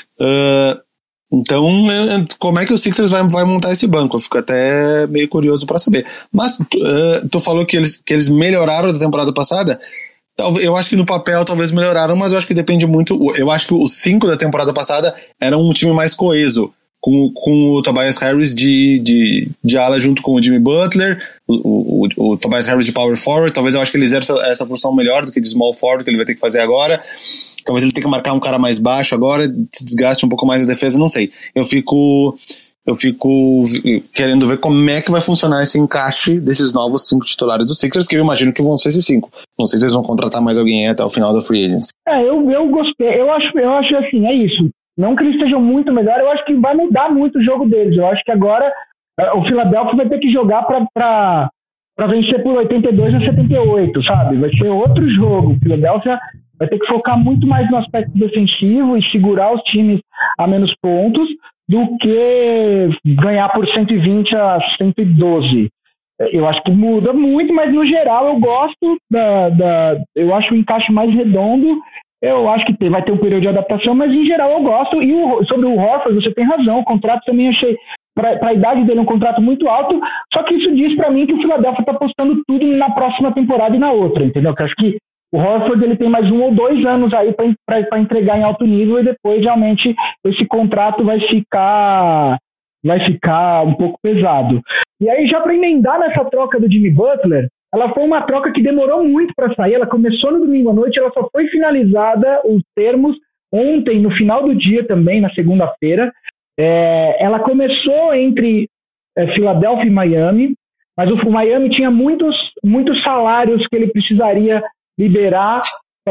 Uh, Então, como é que o Sixers vai, vai montar esse banco? Eu fico até meio curioso para saber. Mas uh, tu falou que eles, que eles melhoraram da temporada passada. Eu acho que no papel talvez melhoraram, mas eu acho que depende muito. Eu acho que os cinco da temporada passada eram um time mais coeso, com, com o Tobias Harris de, de, de ala junto com o Jimmy Butler, o, o, o Tobias Harris de power forward. Talvez eu acho que ele exerça essa função melhor do que de small forward, que ele vai ter que fazer agora. Talvez ele tenha que marcar um cara mais baixo agora, se desgaste um pouco mais a defesa, não sei. Eu fico, eu fico querendo ver como é que vai funcionar esse encaixe desses novos cinco titulares do Sixers, que eu imagino que vão ser esses cinco. Não sei se eles vão contratar mais alguém até o final da Free Agency. É, eu, eu gostei. Eu acho, eu acho assim, é isso. Não que eles estejam muito melhor, eu acho que vai mudar muito o jogo deles. Eu acho que agora uh, o Philadelphia vai ter que jogar para vencer por oitenta e dois a setenta e oito, sabe? Vai ser outro jogo. O Philadelphia vai ter que focar muito mais no aspecto defensivo e segurar os times a menos pontos do que ganhar por cento e vinte a cento e doze. Eu acho que muda muito, mas no geral eu gosto da... da eu acho o encaixe mais redondo. Eu acho que tem, vai ter um período de adaptação, mas em geral eu gosto. E o, sobre o Horford, você tem razão, o contrato também achei, para a idade dele, um contrato muito alto, só que isso diz para mim que o Philadelphia está apostando tudo na próxima temporada e na outra, entendeu? Que eu acho que o Horford ele tem mais um ou dois anos aí para entregar em alto nível, e depois realmente esse contrato vai ficar, vai ficar um pouco pesado. E aí, já para emendar nessa troca do Jimmy Butler, ela foi uma troca que demorou muito para sair. Ela começou no domingo à noite, ela só foi finalizada os termos ontem, no final do dia também, na segunda-feira. É, ela começou entre é, Filadélfia e Miami, mas o Miami tinha muitos, muitos salários que ele precisaria liberar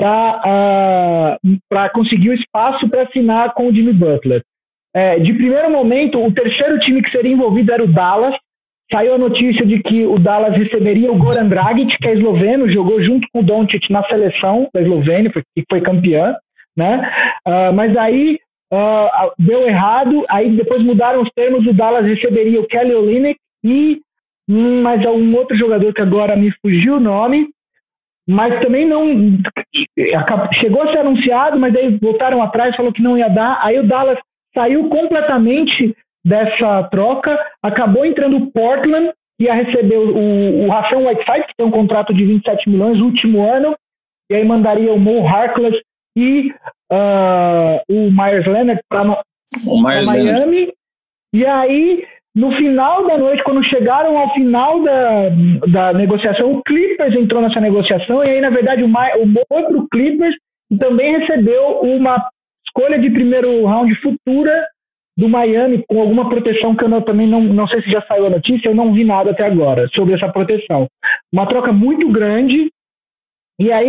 para uh, conseguir o espaço para assinar com o Jimmy Butler. É, de primeiro momento, o terceiro time que seria envolvido era o Dallas. Saiu a notícia de que o Dallas receberia o Goran Dragic, que é esloveno, jogou junto com o Doncic na seleção da Eslovênia, que foi campeã, né? Uh, mas aí uh, deu errado, aí depois mudaram os termos, o Dallas receberia o Kelly Olynyk e hum, mais um outro jogador que agora me fugiu o nome, mas também não... Chegou a ser anunciado, mas aí voltaram atrás, falou que não ia dar, aí o Dallas saiu completamente dessa troca, acabou entrando o Portland, ia receber o, o Hassan Whiteside, que tem um contrato de vinte e sete milhões no último ano, e aí mandaria o Mo Harkless e uh, o Myers Leonard para Miami. Leonard. E aí, no final da noite, quando chegaram ao final da, da negociação, o Clippers entrou nessa negociação, e aí, na verdade, o, o outro Clippers também recebeu uma escolha de primeiro round futura do Miami, com alguma proteção que eu não, também não, não sei se já saiu a notícia, eu não vi nada até agora sobre essa proteção. Uma troca muito grande, e aí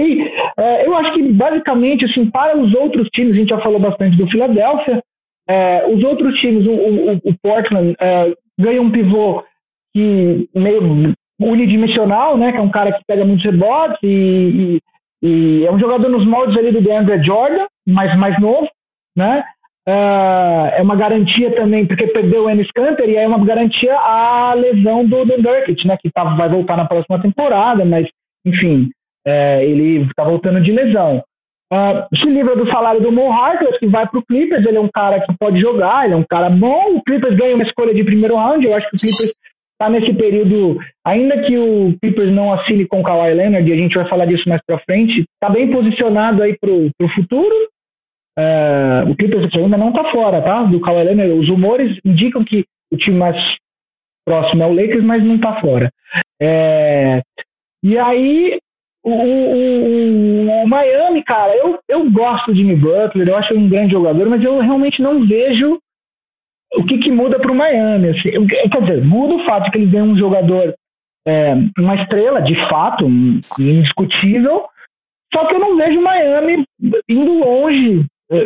É, eu acho que, basicamente, assim, para os outros times, a gente já falou bastante do Philadelphia, é, os outros times, o, o, o Portland é, ganha um pivô que meio unidimensional, né, que é um cara que pega muitos rebotes e, e, e é um jogador nos moldes ali do DeAndre Jordan, mas mais novo, né? Uh, é uma garantia também, porque perdeu o Enes Kanter, e aí é uma garantia a lesão do, do Nurkic, né, que tá, vai voltar na próxima temporada, mas, enfim, é, ele tá voltando de lesão. Uh, se livra do salário do Mo Harkless, que vai pro Clippers, ele é um cara que pode jogar, ele é um cara bom, o Clippers ganha uma escolha de primeiro round, eu acho que o Clippers tá nesse período, ainda que o Clippers não assine com o Kawhi Leonard, e a gente vai falar disso mais pra frente, tá bem posicionado aí pro, pro futuro. Uh, o Clippers ainda não tá fora, tá? Do Kawhi Leonard. Os rumores indicam que o time mais próximo é o Lakers, mas não tá fora. É, e aí o, o, o Miami, cara, eu, eu gosto de Jimmy Butler, eu acho ele um grande jogador, mas eu realmente não vejo o que, que muda pro Miami. Assim. Quer dizer, muda o fato de que ele ganha um jogador, é, uma estrela, de fato, indiscutível, só que eu não vejo o Miami indo longe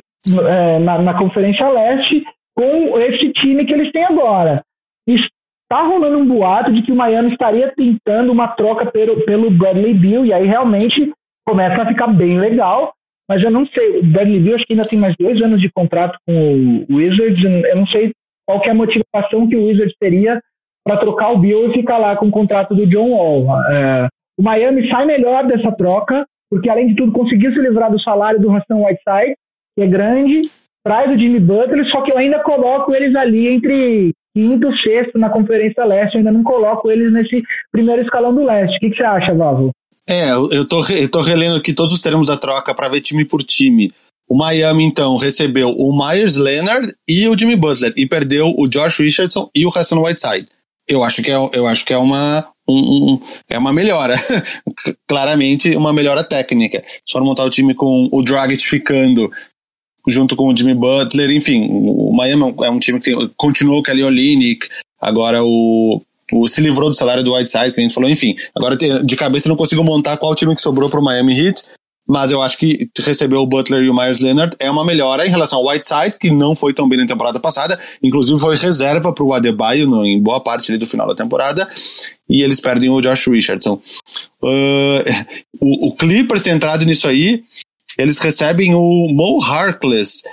é, na, na Conferência Leste com esse time que eles têm agora. Está rolando um boato de que o Miami estaria tentando uma troca pelo, pelo Bradley Beal, e aí realmente começa a ficar bem legal, mas eu não sei, o Bradley Beal acho que ainda tem mais dois anos de contrato com o Wizards, eu não sei qual que é a motivação que o Wizards teria para trocar o Beal e ficar lá com o contrato do John Wall. É, o Miami sai melhor dessa troca, porque além de tudo conseguiu se livrar do salário do Hassan Whiteside, que é grande, traz o Jimmy Butler, só que eu ainda coloco eles ali entre quinto e sexto na Conferência Leste, eu ainda não coloco eles nesse primeiro escalão do Leste. O que, que você acha, Vavo? É, eu tô, eu tô relendo aqui todos os termos da troca para ver time por time. O Miami, então, recebeu o Myers Leonard e o Jimmy Butler, e perdeu o Josh Richardson e o Hassan Whiteside. Eu acho que é, eu acho que é uma... Um, um, é uma melhora, claramente uma melhora técnica. Só montar o time com o Dragic ficando junto com o Jimmy Butler, enfim, o Miami é um time que tem, continuou com a Kelly Olynyk, agora o, o se livrou do salário do Whiteside, que a gente falou, enfim, agora de cabeça eu não consigo montar qual time que sobrou pro Miami Heat, mas eu acho que receber o Butler e o Myers Leonard é uma melhora em relação ao Whiteside, que não foi tão bem na temporada passada, inclusive foi reserva pro Adebayo no, em boa parte ali do final da temporada, e eles perdem o Josh Richardson. Uh, o, o Clippers tem entrado nisso aí, eles recebem o Mo Harkless,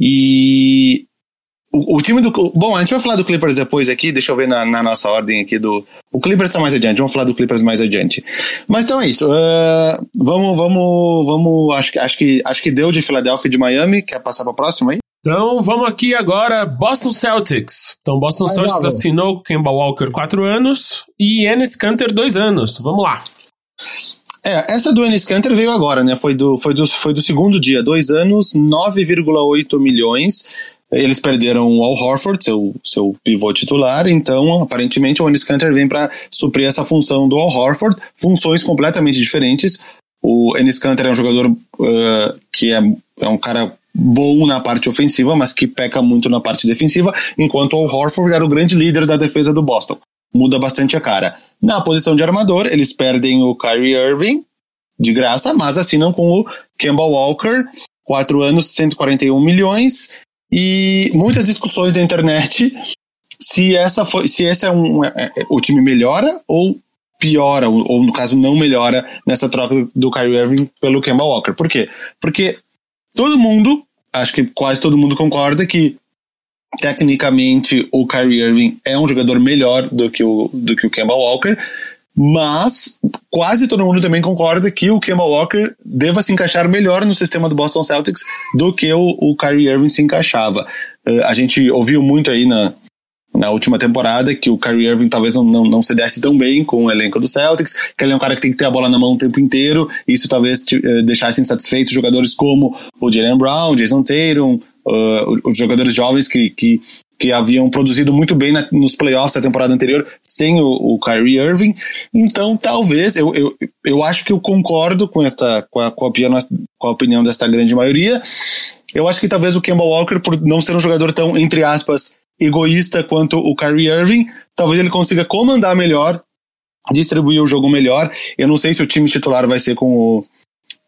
e o, o time do... Bom, a gente vai falar do Clippers depois aqui, deixa eu ver na, na nossa ordem aqui do... O Clippers tá mais adiante, vamos falar do Clippers mais adiante. Mas então é isso, uh, vamos, vamos, vamos, acho que, acho que, acho que deu de Filadélfia e de Miami, quer passar pra próxima aí? Então vamos aqui agora, Boston Celtics. Então Boston Ai, Celtics vale. assinou com Kemba Walker quatro anos e Enes Kanter dois anos, vamos lá. É, essa do Enes Kanter veio agora, né, foi do, foi do, foi do segundo dia, dois anos, nove vírgula oito milhões, eles perderam o Al Horford, seu, seu pivô titular, então aparentemente o Enes Kanter vem para suprir essa função do Al Horford, funções completamente diferentes. O Enes Kanter é um jogador uh, que é, é um cara bom na parte ofensiva, mas que peca muito na parte defensiva, enquanto o Al Horford era o grande líder da defesa do Boston. Muda bastante a cara. Na posição de armador, eles perdem o Kyrie Irving, de graça, mas assinam com o Kemba Walker, quatro anos, cento e quarenta e um milhões, e muitas discussões na internet se essa foi, se esse é um é, é, o time melhora ou piora, ou, ou no caso não melhora nessa troca do Kyrie Irving pelo Kemba Walker. Por quê? Porque todo mundo, acho que quase todo mundo concorda que tecnicamente o Kyrie Irving é um jogador melhor do que o, do que o Kemba Walker, mas quase todo mundo também concorda que o Kemba Walker deva se encaixar melhor no sistema do Boston Celtics do que o, o Kyrie Irving se encaixava. Uh, a gente ouviu muito aí na, na última temporada que o Kyrie Irving talvez não, não, não se desse tão bem com o elenco do Celtics, que ele é um cara que tem que ter a bola na mão o tempo inteiro, e isso talvez uh, deixasse insatisfeitos jogadores como o Jaylen Brown, Jason Tatum, uh, os jogadores jovens que, que, que haviam produzido muito bem na, nos playoffs da temporada anterior sem o, o Kyrie Irving. Então talvez, eu, eu, eu acho que eu concordo com, esta, com, a, com, a opinião, com a opinião desta grande maioria. Eu acho que talvez o Kemba Walker, por não ser um jogador tão, entre aspas, egoísta quanto o Kyrie Irving, talvez ele consiga comandar melhor, distribuir o jogo melhor. Eu não sei se o time titular vai ser com o,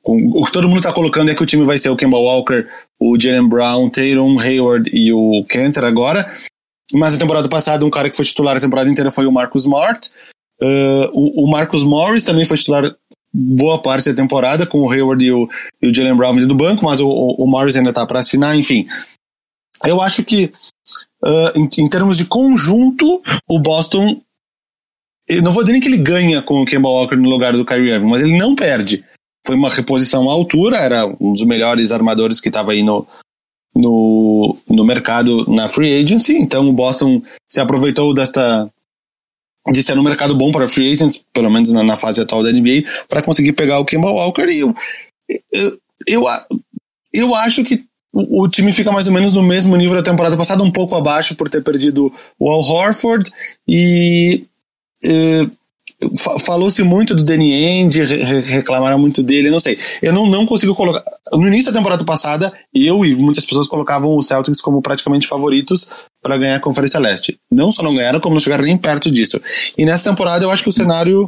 com, o que todo mundo está colocando é que o time vai ser o Kemba Walker, o Jaylen Brown, Tatum, Hayward e o Kanter agora. Mas a temporada passada, um cara que foi titular a temporada inteira foi o Marcus Smart. Uh, o, o Marcus Morris também foi titular boa parte da temporada, com o Hayward e o, e o Jaylen Brown vindo do banco, mas o, o, o Morris ainda está para assinar, enfim. Eu acho que, uh, em, em termos de conjunto, o Boston, eu não vou dizer nem que ele ganha com o Kemba Walker no lugar do Kyrie Irving, mas ele não perde. Foi uma reposição à altura, era um dos melhores armadores que estava aí no, no, no mercado na Free Agency, então o Boston se aproveitou desta, de ser um mercado bom para Free Agents, pelo menos na, na fase atual da N B A, para conseguir pegar o Kemba Walker, e eu, eu, eu, eu acho que o time fica mais ou menos no mesmo nível da temporada passada, um pouco abaixo por ter perdido o Al Horford, e eh, falou-se muito do Danny Ainge, reclamaram muito dele, não sei, eu não, não consigo colocar, no início da temporada passada eu e muitas pessoas colocavam os Celtics como praticamente favoritos para ganhar a Conferência Leste, não só não ganharam, como não chegaram nem perto disso, e nessa temporada eu acho que o cenário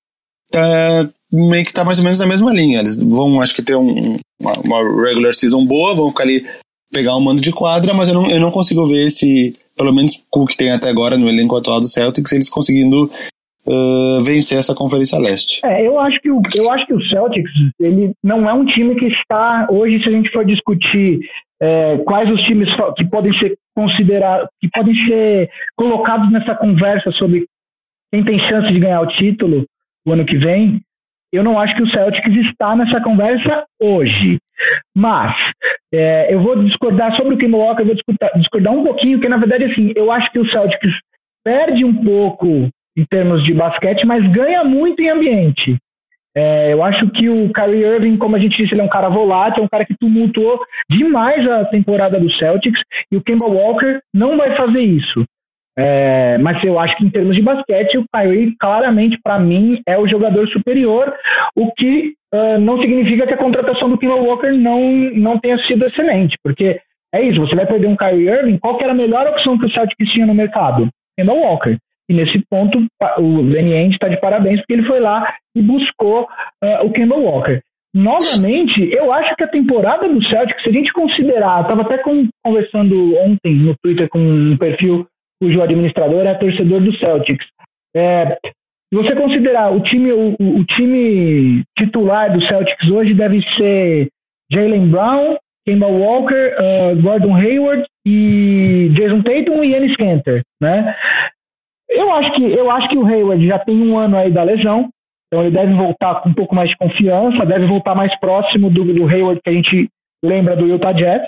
tá meio que tá mais ou menos na mesma linha. Eles vão, acho que ter um, uma, uma regular season boa, vão ficar ali, pegar um mando de quadra, mas eu não, eu não consigo ver se, pelo menos com o que tem até agora no elenco atual do Celtics, eles conseguindo uh, vencer essa Conferência Leste. É, eu acho que o, eu acho que o Celtics, ele não é um time que está, hoje, se a gente for discutir é, quais os times que podem ser considerados, que podem ser colocados nessa conversa sobre quem tem chance de ganhar o título o ano que vem, eu não acho que o Celtics está nessa conversa hoje. Mas é, eu vou discordar sobre o Kemba Walker, eu vou discordar, discordar um pouquinho, porque na verdade assim, eu acho que o Celtics perde um pouco em termos de basquete, mas ganha muito em ambiente. É, eu acho que o Kyrie Irving, como a gente disse, ele é um cara volátil, é um cara que tumultuou demais a temporada do Celtics, e o Kemba Walker não vai fazer isso. É, mas eu acho que em termos de basquete o Kyrie claramente para mim é o jogador superior, o que uh, não significa que a contratação do Kemba Walker não, não tenha sido excelente, porque é isso, você vai perder um Kyrie Irving, qual que era a melhor opção que o Celtics tinha no mercado? Kemba Walker, e nesse ponto o Danny Ainge está de parabéns porque ele foi lá e buscou uh, o Kemba Walker. Novamente, eu acho que a temporada do Celtics, se a gente considerar, eu estava até com, conversando ontem no Twitter com um perfil cujo administrador é torcedor do Celtics. É, se você considerar o time, o, o time titular do Celtics hoje deve ser Jaylen Brown, Kemba Walker, uh, Gordon Hayward e Jason Tatum e Enes Kanter, né? Eu acho que eu acho que o Hayward já tem um ano aí da lesão, então ele deve voltar com um pouco mais de confiança, deve voltar mais próximo do, do Hayward que a gente lembra do Utah Jazz.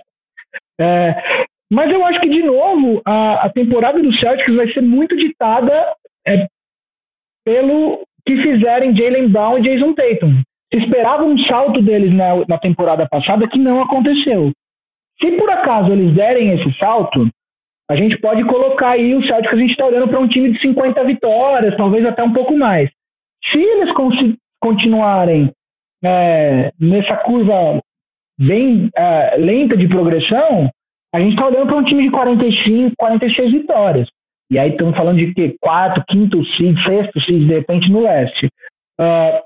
É, Mas eu acho que, de novo, a, a temporada do Celtics vai ser muito ditada é, pelo que fizerem Jaylen Brown e Jason Tatum. Se esperava um salto deles na, na temporada passada, que não aconteceu. Se por acaso eles derem esse salto, a gente pode colocar aí o Celtics, a gente está olhando para um time de cinquenta vitórias, talvez até um pouco mais. Se eles con- continuarem é, nessa curva bem é, lenta de progressão, a gente está olhando para um time de quarenta e cinco, quarenta e seis vitórias. E aí estamos falando de que quarto, quinto seed, sexto seed, de repente, no leste. Uh,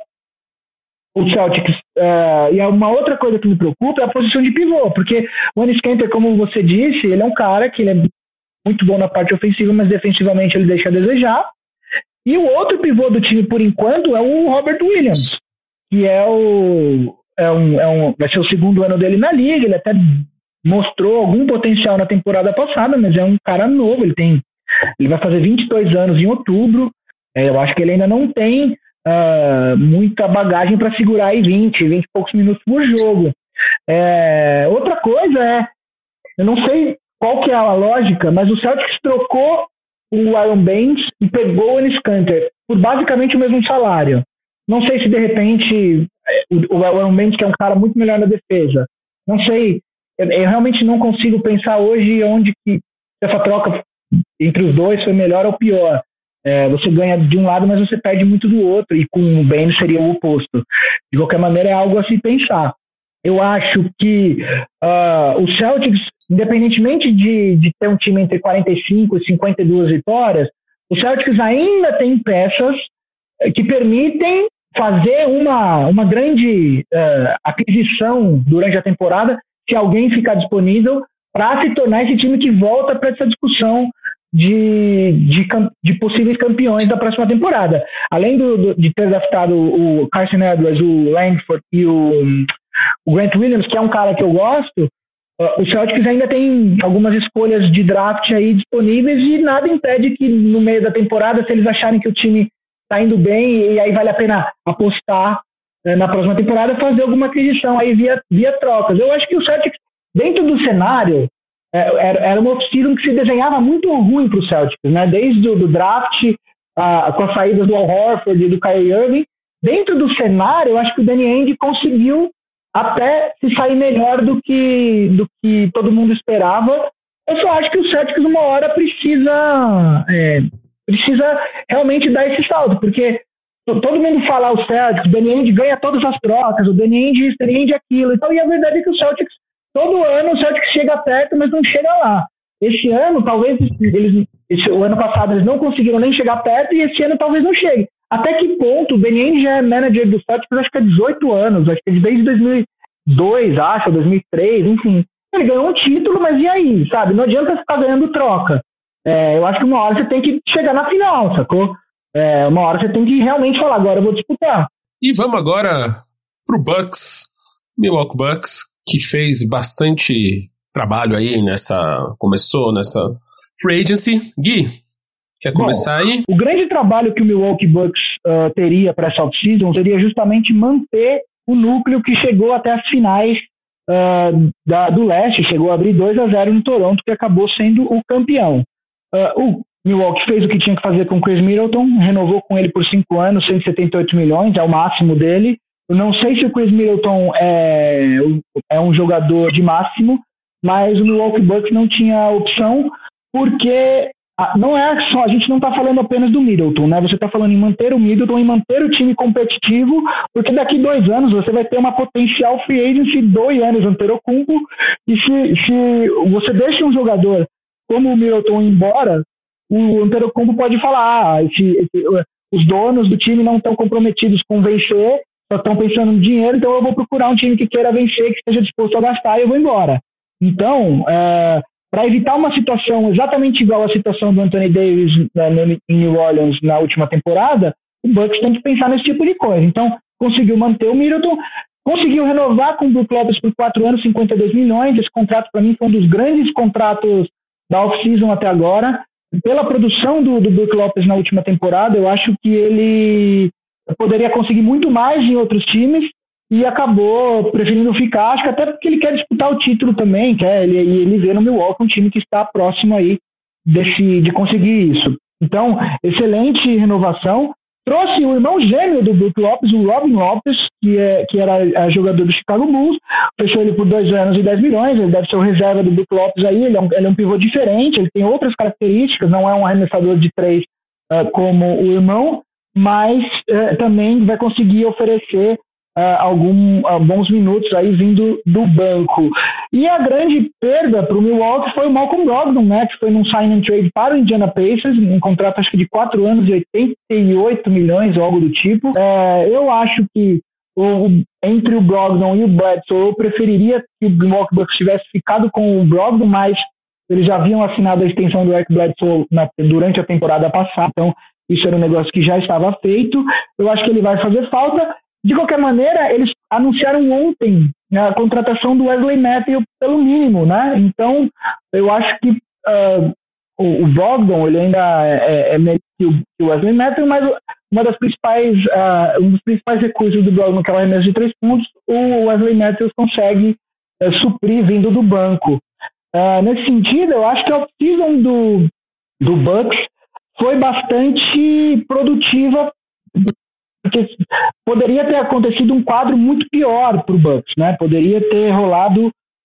o Celtics... Uh, e uma outra coisa que me preocupa é a posição de pivô, porque o Enes Kanter, como você disse, ele é um cara que ele é muito bom na parte ofensiva, mas defensivamente ele deixa a desejar. E o outro pivô do time, por enquanto, é o Robert Williams, que é o... É um, é um, vai ser o segundo ano dele na liga, ele até mostrou algum potencial na temporada passada, mas é um cara novo, ele tem, ele vai fazer vinte e dois anos em outubro, é, eu acho que ele ainda não tem uh, muita bagagem para segurar aí vinte, vinte e poucos minutos por jogo. É, outra coisa é, eu não sei qual que é a lógica, mas o Celtics trocou o Aaron Baines e pegou o Enes Kanter por basicamente o mesmo salário. Não sei se de repente o, o Aaron Baines, que é um cara muito melhor na defesa, não sei. Eu realmente não consigo pensar hoje onde que essa troca entre os dois foi melhor ou pior. É, você ganha de um lado, mas você perde muito do outro, e com o Ben seria o oposto. De qualquer maneira, é algo a se pensar. Eu acho que uh, o Celtics, independentemente de, de ter um time entre quarenta e cinco e cinquenta e duas vitórias, o Celtics ainda tem peças que permitem fazer uma, uma grande uh, aquisição durante a temporada, se alguém ficar disponível, para se tornar esse time que volta para essa discussão de, de, de possíveis campeões da próxima temporada. Além do, do, de ter draftado o Carson Edwards, o Langford e o, o Grant Williams, que é um cara que eu gosto, uh, o Celtics ainda tem algumas escolhas de draft aí disponíveis e nada impede que no meio da temporada, se eles acharem que o time está indo bem e aí vale a pena apostar uh, na próxima temporada, fazer alguma aquisição aí via, via trocas. Eu acho que o Celtics, dentro do cenário, Era, era uma off-season que se desenhava muito ruim para o Celtics, né? Desde o do draft, a, com as saídas do Al Horford e do Kyrie Irving. Dentro do cenário, eu acho que o Danny Ainge conseguiu até se sair melhor do que, do que todo mundo esperava. Eu só acho que o Celtics uma hora precisa, é, precisa realmente dar esse salto, porque todo mundo fala o Celtics, o Danny Ainge ganha todas as trocas, o Danny Ainge, o Danny Ainge aquilo. Então, e a verdade é que o Celtics todo ano o Celtics chega perto, mas não chega lá. Esse ano, talvez, eles, esse, o ano passado eles não conseguiram nem chegar perto e esse ano talvez não chegue. Até que ponto o Danny Ainge já é manager do Celtics, acho que há dezoito anos, acho que desde dois mil e dois, acho, dois mil e três, enfim. Ele ganhou um título, mas e aí, sabe? Não adianta ficar ganhando troca. É, eu acho que uma hora você tem que chegar na final, sacou? É, uma hora você tem que realmente falar, agora eu vou disputar. E vamos agora pro Bucks, Milwaukee Bucks, que fez bastante trabalho aí nessa... Começou nessa free agency. Gui, quer começar Bom, aí? O grande trabalho que o Milwaukee Bucks uh, teria para essa off-season seria justamente manter o núcleo que chegou até as finais uh, da, do leste, chegou a abrir dois a zero no Toronto, que acabou sendo o campeão. Uh, o Milwaukee fez o que tinha que fazer com o Chris Middleton, renovou com ele por cinco anos, cento e setenta e oito milhões, é o máximo dele. Eu não sei se o Chris Middleton é, é um jogador de máximo, mas o Milwaukee Bucks não tinha opção, porque não é só, a gente não está falando apenas do Middleton, né? Você está falando em manter o Middleton, em manter o time competitivo, porque daqui dois anos você vai ter uma potencial free agency, dois anos Antetokounmpo, e se, se você deixa um jogador como o Middleton embora, o Antetokounmpo pode falar, ah, esse, esse, os donos do time não estão comprometidos com vencer, só estão pensando no dinheiro, então eu vou procurar um time que queira vencer, que esteja disposto a gastar e eu vou embora. Então, é, para evitar uma situação exatamente igual à situação do Anthony Davis né, no, em New Orleans na última temporada, o Bucks tem que pensar nesse tipo de coisa. Então, conseguiu manter o Middleton, conseguiu renovar com o Brook Lopez por quatro anos, cinquenta e dois milhões. Esse contrato, para mim, foi um dos grandes contratos da off-season até agora. Pela produção do, do Brook Lopez na última temporada, eu acho que ele poderia conseguir muito mais em outros times e acabou preferindo ficar, acho que até porque ele quer disputar o título também, quer, ele, ele vê no Milwaukee um time que está próximo aí desse, de conseguir isso. Então, excelente renovação. Trouxe o irmão gêmeo do Brook Lopez, o Robin Lopez, que, é, que era jogador do Chicago Bulls, fechou ele por dois anos e dez milhões, ele deve ser o reserva do Brook Lopez aí, ele é, um, ele é um pivô diferente, ele tem outras características, não é um arremessador de três uh, como o irmão, mas uh, também vai conseguir oferecer uh, algum, uh, bons minutos aí vindo do banco. E a grande perda para o Milwaukee foi o Malcolm Brogdon, né, que foi num sign and trade para o Indiana Pacers, um contrato acho que de quatro anos e oitenta e oito milhões, ou algo do tipo. Uh, eu acho que o, entre o Brogdon e o Bledsoe, eu preferiria que o Milwaukee Bucks tivesse ficado com o Brogdon, mas eles já haviam assinado a extensão do Eric Bledsoe na, durante a temporada passada, então isso era um negócio que já estava feito. Eu acho que ele vai fazer falta. De qualquer maneira, eles anunciaram ontem a contratação do Wesley Matthews pelo mínimo, né? Então, eu acho que uh, o, o Brogdon, ele ainda é, é melhor que o Wesley Matthews, mas uma das principais, uh, um dos principais recursos do Brogdon, que é o arremesso de três pontos, o Wesley Matthews consegue uh, suprir vindo do banco. Uh, nesse sentido, eu acho que a off-season do, do Bucks foi bastante produtiva, porque poderia ter acontecido um quadro muito pior para o Bucks, né? Poderia ter rolado,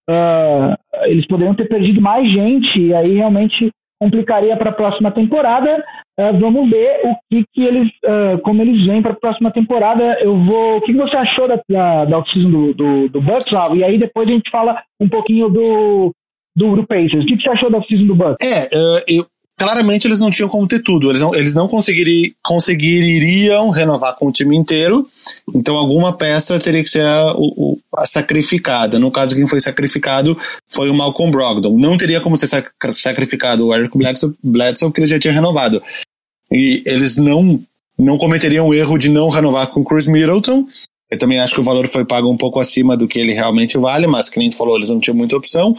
uh, eles poderiam ter perdido mais gente, e aí realmente complicaria para a próxima temporada. Uh, vamos ver o que, que eles, uh, como eles vêm para a próxima temporada. Eu vou. O que, que você achou da, da, da off-season do, do, do Bucks, Raul? E aí depois a gente fala um pouquinho do, do, do Pacers. O que, que você achou da off-season do Bucks? É, uh, eu claramente eles não tinham como ter tudo, eles não, eles não conseguiri, conseguiriam renovar com o time inteiro, então alguma peça teria que ser a, o, a sacrificada. No caso, quem foi sacrificado foi o Malcolm Brogdon. Não teria como ser sac, sacrificado o Eric Bledsoe, Bledsoe, porque ele já tinha renovado. E eles não, não cometeriam o erro de não renovar com o Chris Middleton. Eu também acho que o valor foi pago um pouco acima do que ele realmente vale, mas, que nem tu falou, eles não tinham muita opção.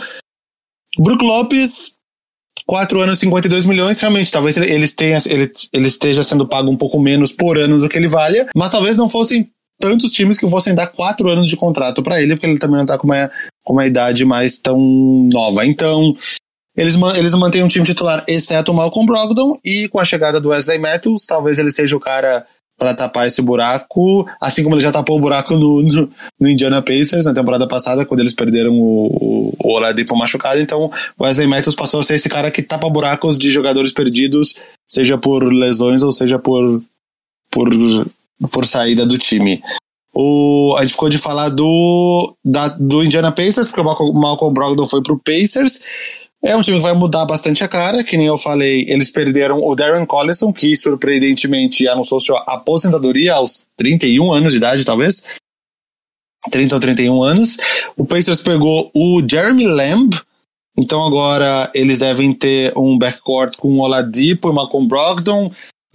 Brook Lopes, quatro anos, cinquenta e dois milhões, realmente, talvez ele, tenha, ele, ele esteja sendo pago um pouco menos por ano do que ele valha, mas talvez não fossem tantos times que fossem dar quatro anos de contrato para ele, porque ele também não tá com uma, com uma idade mais tão nova. Então, eles, eles mantêm um time titular, exceto o Malcolm Brogdon, e com a chegada do Wesley Matthews, talvez ele seja o cara para tapar esse buraco, assim como ele já tapou o buraco no, no, no Indiana Pacers na temporada passada, quando eles perderam o, o Oladipo machucado. Então o Wesley Matthews passou a ser esse cara que tapa buracos de jogadores perdidos, seja por lesões ou seja por, por, por saída do time. O, a gente ficou de falar do, da, do Indiana Pacers, porque o Malcolm Brogdon foi pro Pacers. É um time que vai mudar bastante a cara, que nem eu falei, eles perderam o Darren Collison, que surpreendentemente anunciou sua aposentadoria aos trinta e um anos de idade, talvez. trinta ou trinta e um anos. O Pacers pegou o Jeremy Lamb, então agora eles devem ter um backcourt com o Oladipo e Malcolm Brogdon.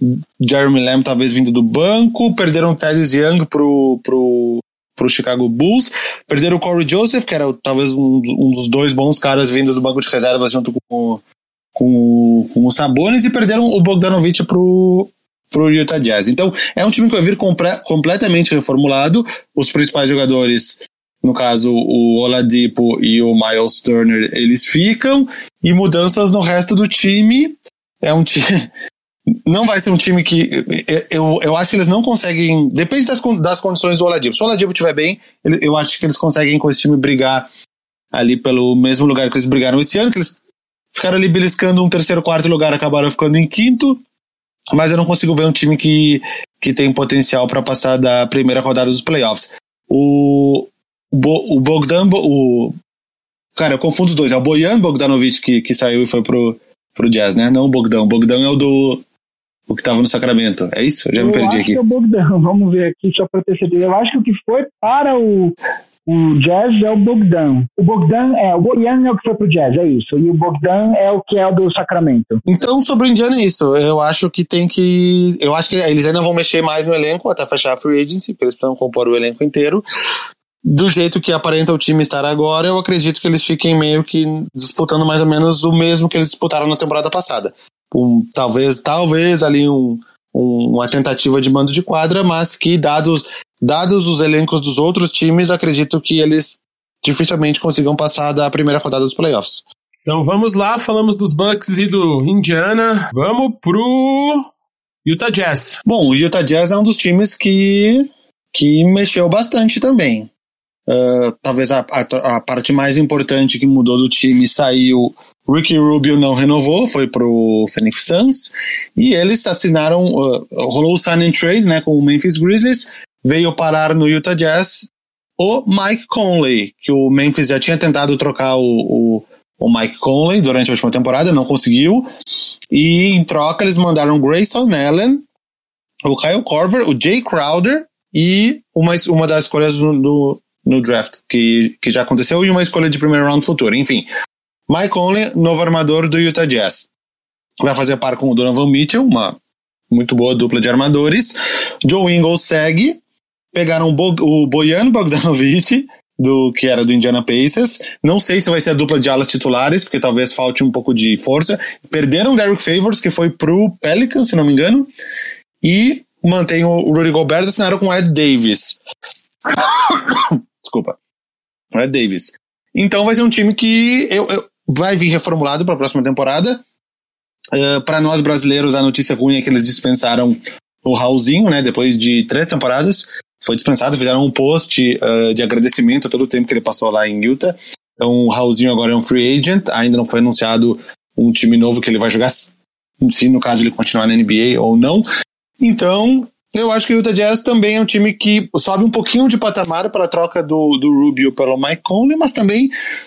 Jeremy Lamb talvez vindo do banco. Perderam o Thaddeus Young pro... pro pro Chicago Bulls, perderam o Corey Joseph, que era talvez um, um dos dois bons caras vindos do banco de reservas junto com o, com, com o Sabonis, e perderam o Bogdanovic pro, pro Utah Jazz. Então é um time que vai vir compre, completamente reformulado. Os principais jogadores, no caso o Oladipo e o Miles Turner, eles ficam, e mudanças no resto do time. É um time... Não vai ser um time que... Eu, eu acho que eles não conseguem... Depende das, das condições do Oladipo. Se o Oladipo estiver bem, eu acho que eles conseguem com esse time brigar ali pelo mesmo lugar que eles brigaram esse ano, que eles ficaram ali beliscando um terceiro, quarto lugar, acabaram ficando em quinto, mas eu não consigo ver um time que, que tem potencial para passar da primeira rodada dos playoffs. O, o, o Bogdan... O, cara, eu confundo os dois. É o Bojan Bogdanovic que, que saiu e foi pro, pro Jazz, né? Não o Bogdan. O Bogdan é o do... O que estava no Sacramento, é isso? Eu já me eu perdi acho aqui. Que é o Bogdan, vamos ver aqui só para ter certeza. Eu acho que o que foi para o, o Jazz é o Bogdan. O Bogdan é, o Bojan é o que foi pro Jazz, é isso. E o Bogdan é o que é o do Sacramento. Então, sobre o Indiana é isso. Eu acho que tem que... Eu acho que eles ainda vão mexer mais no elenco até fechar a free agency, porque eles precisam compor o elenco inteiro. Do jeito que aparenta o time estar agora, eu acredito que eles fiquem meio que disputando mais ou menos o mesmo que eles disputaram na temporada passada. Um, talvez, talvez ali um, um, uma tentativa de mando de quadra, mas que dados, dados os elencos dos outros times, acredito que eles dificilmente consigam passar da primeira rodada dos playoffs. Então vamos lá, falamos dos Bucks e do Indiana, vamos pro Utah Jazz. Bom, o Utah Jazz é um dos times que, que mexeu bastante também. Uh, talvez a, a, a parte mais importante que mudou do time, saiu... Ricky Rubio não renovou, foi pro Phoenix Suns, e eles assinaram, uh, rolou o sign and trade, né, com o Memphis Grizzlies, veio parar no Utah Jazz o Mike Conley, que o Memphis já tinha tentado trocar o, o, o Mike Conley durante a última temporada, não conseguiu, e em troca eles mandaram Grayson Allen, o Kyle Korver, o Jay Crowder e uma, uma das escolhas do, do, no draft, que, que já aconteceu, e uma escolha de primeiro round futuro, enfim. Mike Conley, novo armador do Utah Jazz. Vai fazer par com o Donovan Mitchell, uma muito boa dupla de armadores. Joe Ingles segue. Pegaram o, Bo- o Bojan Bogdanovic, do, que era do Indiana Pacers. Não sei se vai ser a dupla de alas titulares, porque talvez falte um pouco de força. Perderam o Derek Favors, que foi pro Pelicans, se não me engano. E mantém o Rudy Gobert, assinaram com o Ed Davis. Desculpa. O Ed Davis. Então vai ser um time que eu, eu, vai vir reformulado para a próxima temporada. Uh, para nós brasileiros, a notícia ruim é que eles dispensaram o Raulzinho, né? Depois de três temporadas, foi dispensado, fizeram um post uh, de agradecimento a todo o tempo que ele passou lá em Utah. Então o Raulzinho agora é um free agent, ainda não foi anunciado um time novo que ele vai jogar, se no caso ele continuar na N B A ou não. Então, eu acho que o Utah Jazz também é um time que sobe um pouquinho de patamar para a troca do, do Rubio pelo Mike Conley, mas também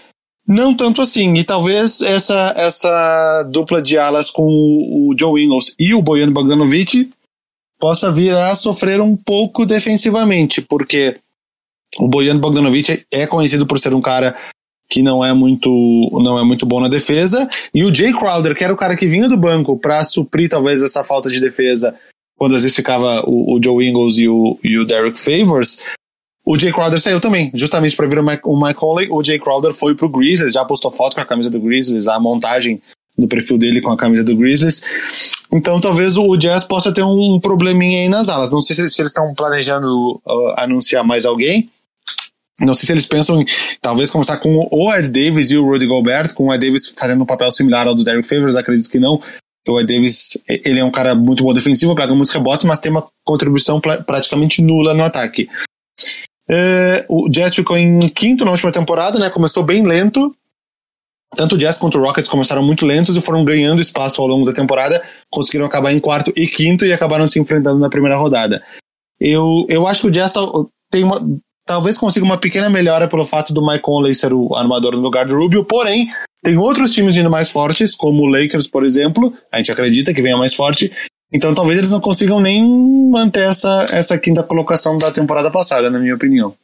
Não tanto assim, e talvez essa, essa dupla de alas com o, o Joe Ingles e o Bojan Bogdanovic possa vir a sofrer um pouco defensivamente, porque o Bojan Bogdanovic é conhecido por ser um cara que não é muito, não é muito bom na defesa, e o Jay Crowder, que era o cara que vinha do banco para suprir talvez essa falta de defesa, quando às vezes ficava o, o Joe Ingles e o, e o Derek Favors, o Jay Crowder saiu também, justamente para vir o Mike, o Mike Conley. O Jay Crowder foi pro Grizzlies, já postou foto com a camisa do Grizzlies, a montagem no perfil dele com a camisa do Grizzlies. Então talvez o Jazz possa ter um probleminha aí nas alas. Não sei se, se eles estão planejando uh, anunciar mais alguém. Não sei se eles pensam em talvez começar com o Ed Davis e o Rudy Gobert, com o Ed Davis fazendo um papel similar ao do Derek Favors. Acredito que não. O Ed Davis, ele é um cara muito bom defensivo, pega muitos rebotes, mas tem uma contribuição pra, praticamente nula no ataque. Uh, o Jazz ficou em quinto na última temporada, né? Começou bem lento. Tanto o Jazz quanto o Rockets começaram muito lentos e foram ganhando espaço ao longo da temporada. Conseguiram acabar em quarto e quinto e acabaram se enfrentando na primeira rodada. Eu, eu acho que o Jazz tem uma, talvez consiga uma pequena melhora pelo fato do Mike Conley ser o armador no lugar de Rubio, porém tem outros times indo mais fortes, como o Lakers, por exemplo. A gente acredita que venha mais forte. Então talvez eles não consigam nem manter essa, essa quinta colocação da temporada passada, na minha opinião.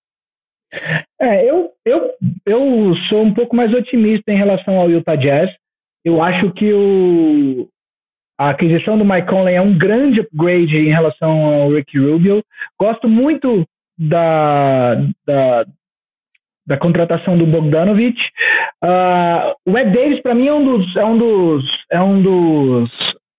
É, eu, eu, eu sou um pouco mais otimista em relação ao Utah Jazz. Eu acho que o, a aquisição do Mike Conley é um grande upgrade em relação ao Ricky Rubio. Gosto muito da, da, da contratação do Bogdanovic. Uh, o Ed Davis, para mim, é um dos... É um dos, é um dos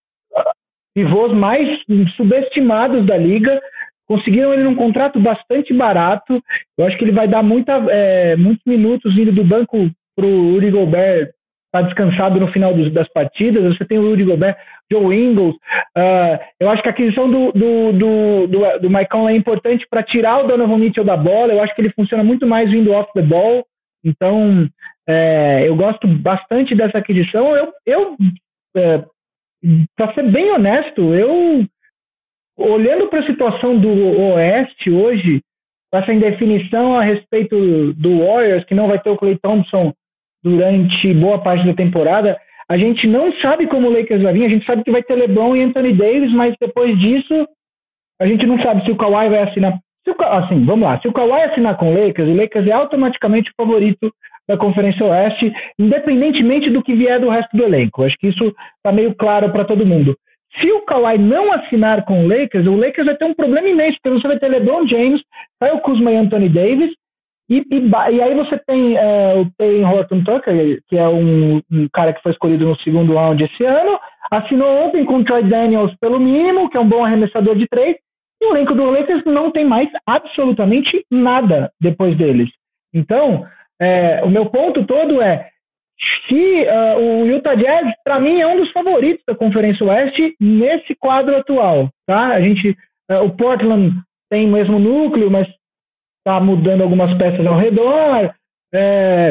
pivôs mais subestimados da liga. Conseguiram ele num contrato bastante barato. Eu acho que ele vai dar muita, é, muitos minutos indo do banco para o Rudy Gobert estar tá descansado no final dos, das partidas. Você tem o Rudy Gobert, Joe Ingles. Uh, eu acho que a aquisição do, do, do, do, do Mike Conley é importante para tirar o Donovan Mitchell da bola. Eu acho que ele funciona muito mais vindo off the ball. Então, é, eu gosto bastante dessa aquisição. Eu, eu é, para ser bem honesto, eu, olhando para a situação do Oeste hoje, essa indefinição a respeito do Warriors, que não vai ter o Klay Thompson durante boa parte da temporada, a gente não sabe como o Lakers vai vir, a gente sabe que vai ter LeBron e Anthony Davis, mas depois disso, a gente não sabe se o Kawhi vai assinar. Se o, assim, vamos lá, se o Kawhi assinar com o Lakers, o Lakers é automaticamente o favorito da Conferência Oeste, independentemente do que vier do resto do elenco. Acho que isso está meio claro para todo mundo. Se o Kawhi não assinar com o Lakers, o Lakers vai ter um problema imenso, porque você vai ter LeBron James, Kyle Kuzma e Anthony Davis, e, e, e aí você tem uh, o Payne Horton Tucker, que é um, um cara que foi escolhido no segundo round esse ano, assinou ontem com o Troy Daniels pelo mínimo, que é um bom arremessador de três, e o elenco do Lakers não tem mais absolutamente nada depois deles. Então, é, o meu ponto todo é, se uh, o Utah Jazz, para mim, é um dos favoritos da Conferência Oeste nesse quadro atual, tá? A gente, uh, o Portland tem o mesmo núcleo, mas está mudando algumas peças ao redor. É,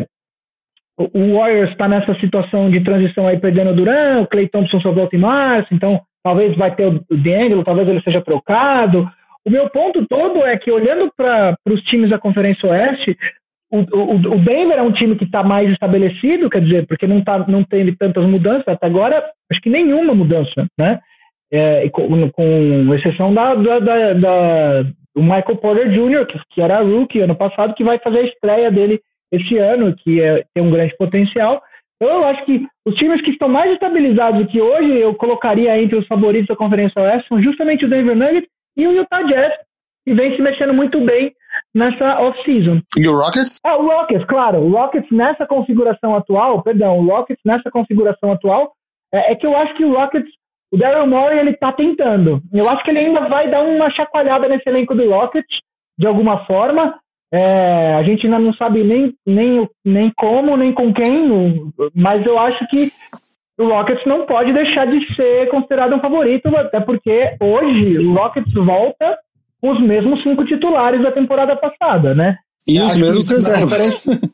o Warriors está nessa situação de transição aí, perdendo o Durant, o Klay Thompson só volta em março, então talvez vai ter o D'Angelo, talvez ele seja trocado. O meu ponto todo é que, olhando para os times da Conferência Oeste, O, o, o Denver é um time que está mais estabelecido, quer dizer, porque não, tá, não teve tantas mudanças, até agora, acho que nenhuma mudança, né? É, com, com exceção da, da, da, da, do Michael Porter Júnior, que, que era rookie ano passado, que vai fazer a estreia dele esse ano, que é, tem um grande potencial. Então, eu acho que os times que estão mais estabilizados e que hoje eu colocaria entre os favoritos da Conferência Oeste são justamente o Denver Nuggets e o Utah Jazz, que vem se mexendo muito bem nessa off-season. E o Rockets? Ah, o Rockets, claro. O Rockets nessa configuração atual, perdão, o Rockets nessa configuração atual, é, é que eu acho que o Rockets, o Daryl Morey, ele tá tentando. Eu acho que ele ainda vai dar uma chacoalhada nesse elenco do Rockets, de alguma forma. É, a gente ainda não sabe nem, nem, nem como, nem com quem, mas eu acho que o Rockets não pode deixar de ser considerado um favorito, até porque hoje o Rockets volta com os mesmos cinco titulares da temporada passada, né? E os mesmos reservas. Na conferência,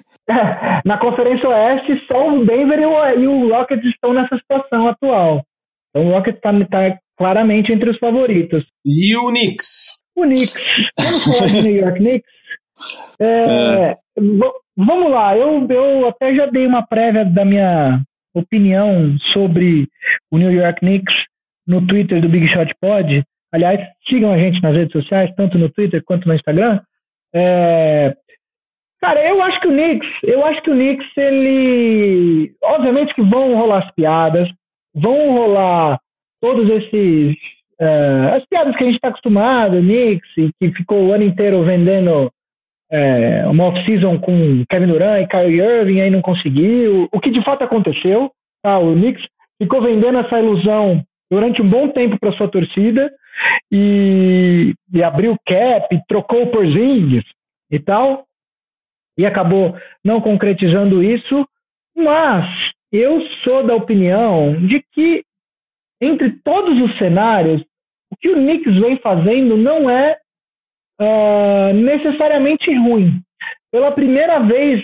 é, na Conferência Oeste, só o Denver e o, e o Rockets estão nessa situação atual. Então o Rockets está tá claramente entre os favoritos. E o Knicks? O Knicks. Vamos falar de New York Knicks? É, é. vamos lá, eu, eu até já dei uma prévia da minha opinião sobre o New York Knicks no Twitter do Big Shot Pod. Aliás, sigam a gente nas redes sociais, tanto no Twitter quanto no Instagram. É... Cara, eu acho que o Knicks, eu acho que o Knicks, ele... Obviamente que vão rolar as piadas, vão rolar todos esses... Uh, as piadas que a gente está acostumado, o Knicks, que ficou o ano inteiro vendendo é, uma off-season com Kevin Durant e Kyrie Irving, aí não conseguiu. O que de fato aconteceu, tá? O Knicks ficou vendendo essa ilusão durante um bom tempo para sua torcida e, e abriu cap, trocou o Porzingis e tal, e acabou não concretizando isso, mas eu sou da opinião de que entre todos os cenários, o que o Knicks vem fazendo não é uh, necessariamente ruim. Pela primeira vez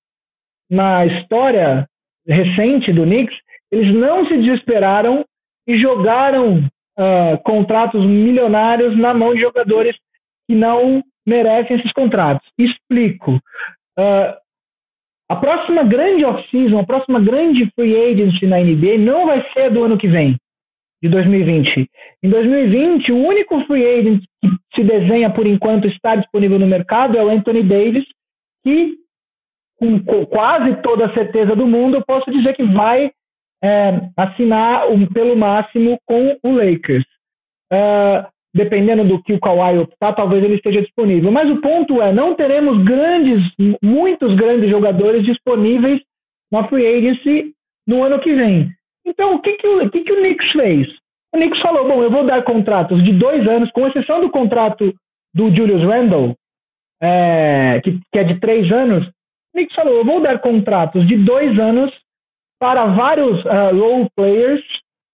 na história recente do Knicks, eles não se desesperaram e jogaram uh, contratos milionários na mão de jogadores que não merecem esses contratos. Explico. Uh, a próxima grande off-season, a próxima grande free agency na N B A não vai ser do ano que vem, de dois mil e vinte. Em dois mil e vinte, o único free agent que se desenha por enquanto está disponível no mercado é o Anthony Davis, que com quase toda a certeza do mundo eu posso dizer que vai é, assinar um, pelo máximo com o Lakers. Uh, dependendo do que o Kawhi optar, talvez ele esteja disponível. Mas o ponto é, não teremos grandes, muitos grandes jogadores disponíveis na free agency no ano que vem. Então, o que, que, o, que, que o Knicks fez? O Knicks falou, bom, eu vou dar contratos de dois anos, com exceção do contrato do Julius Randle, é, que, que é de três anos. O Knicks falou, eu vou dar contratos de dois anos para vários uh, role players,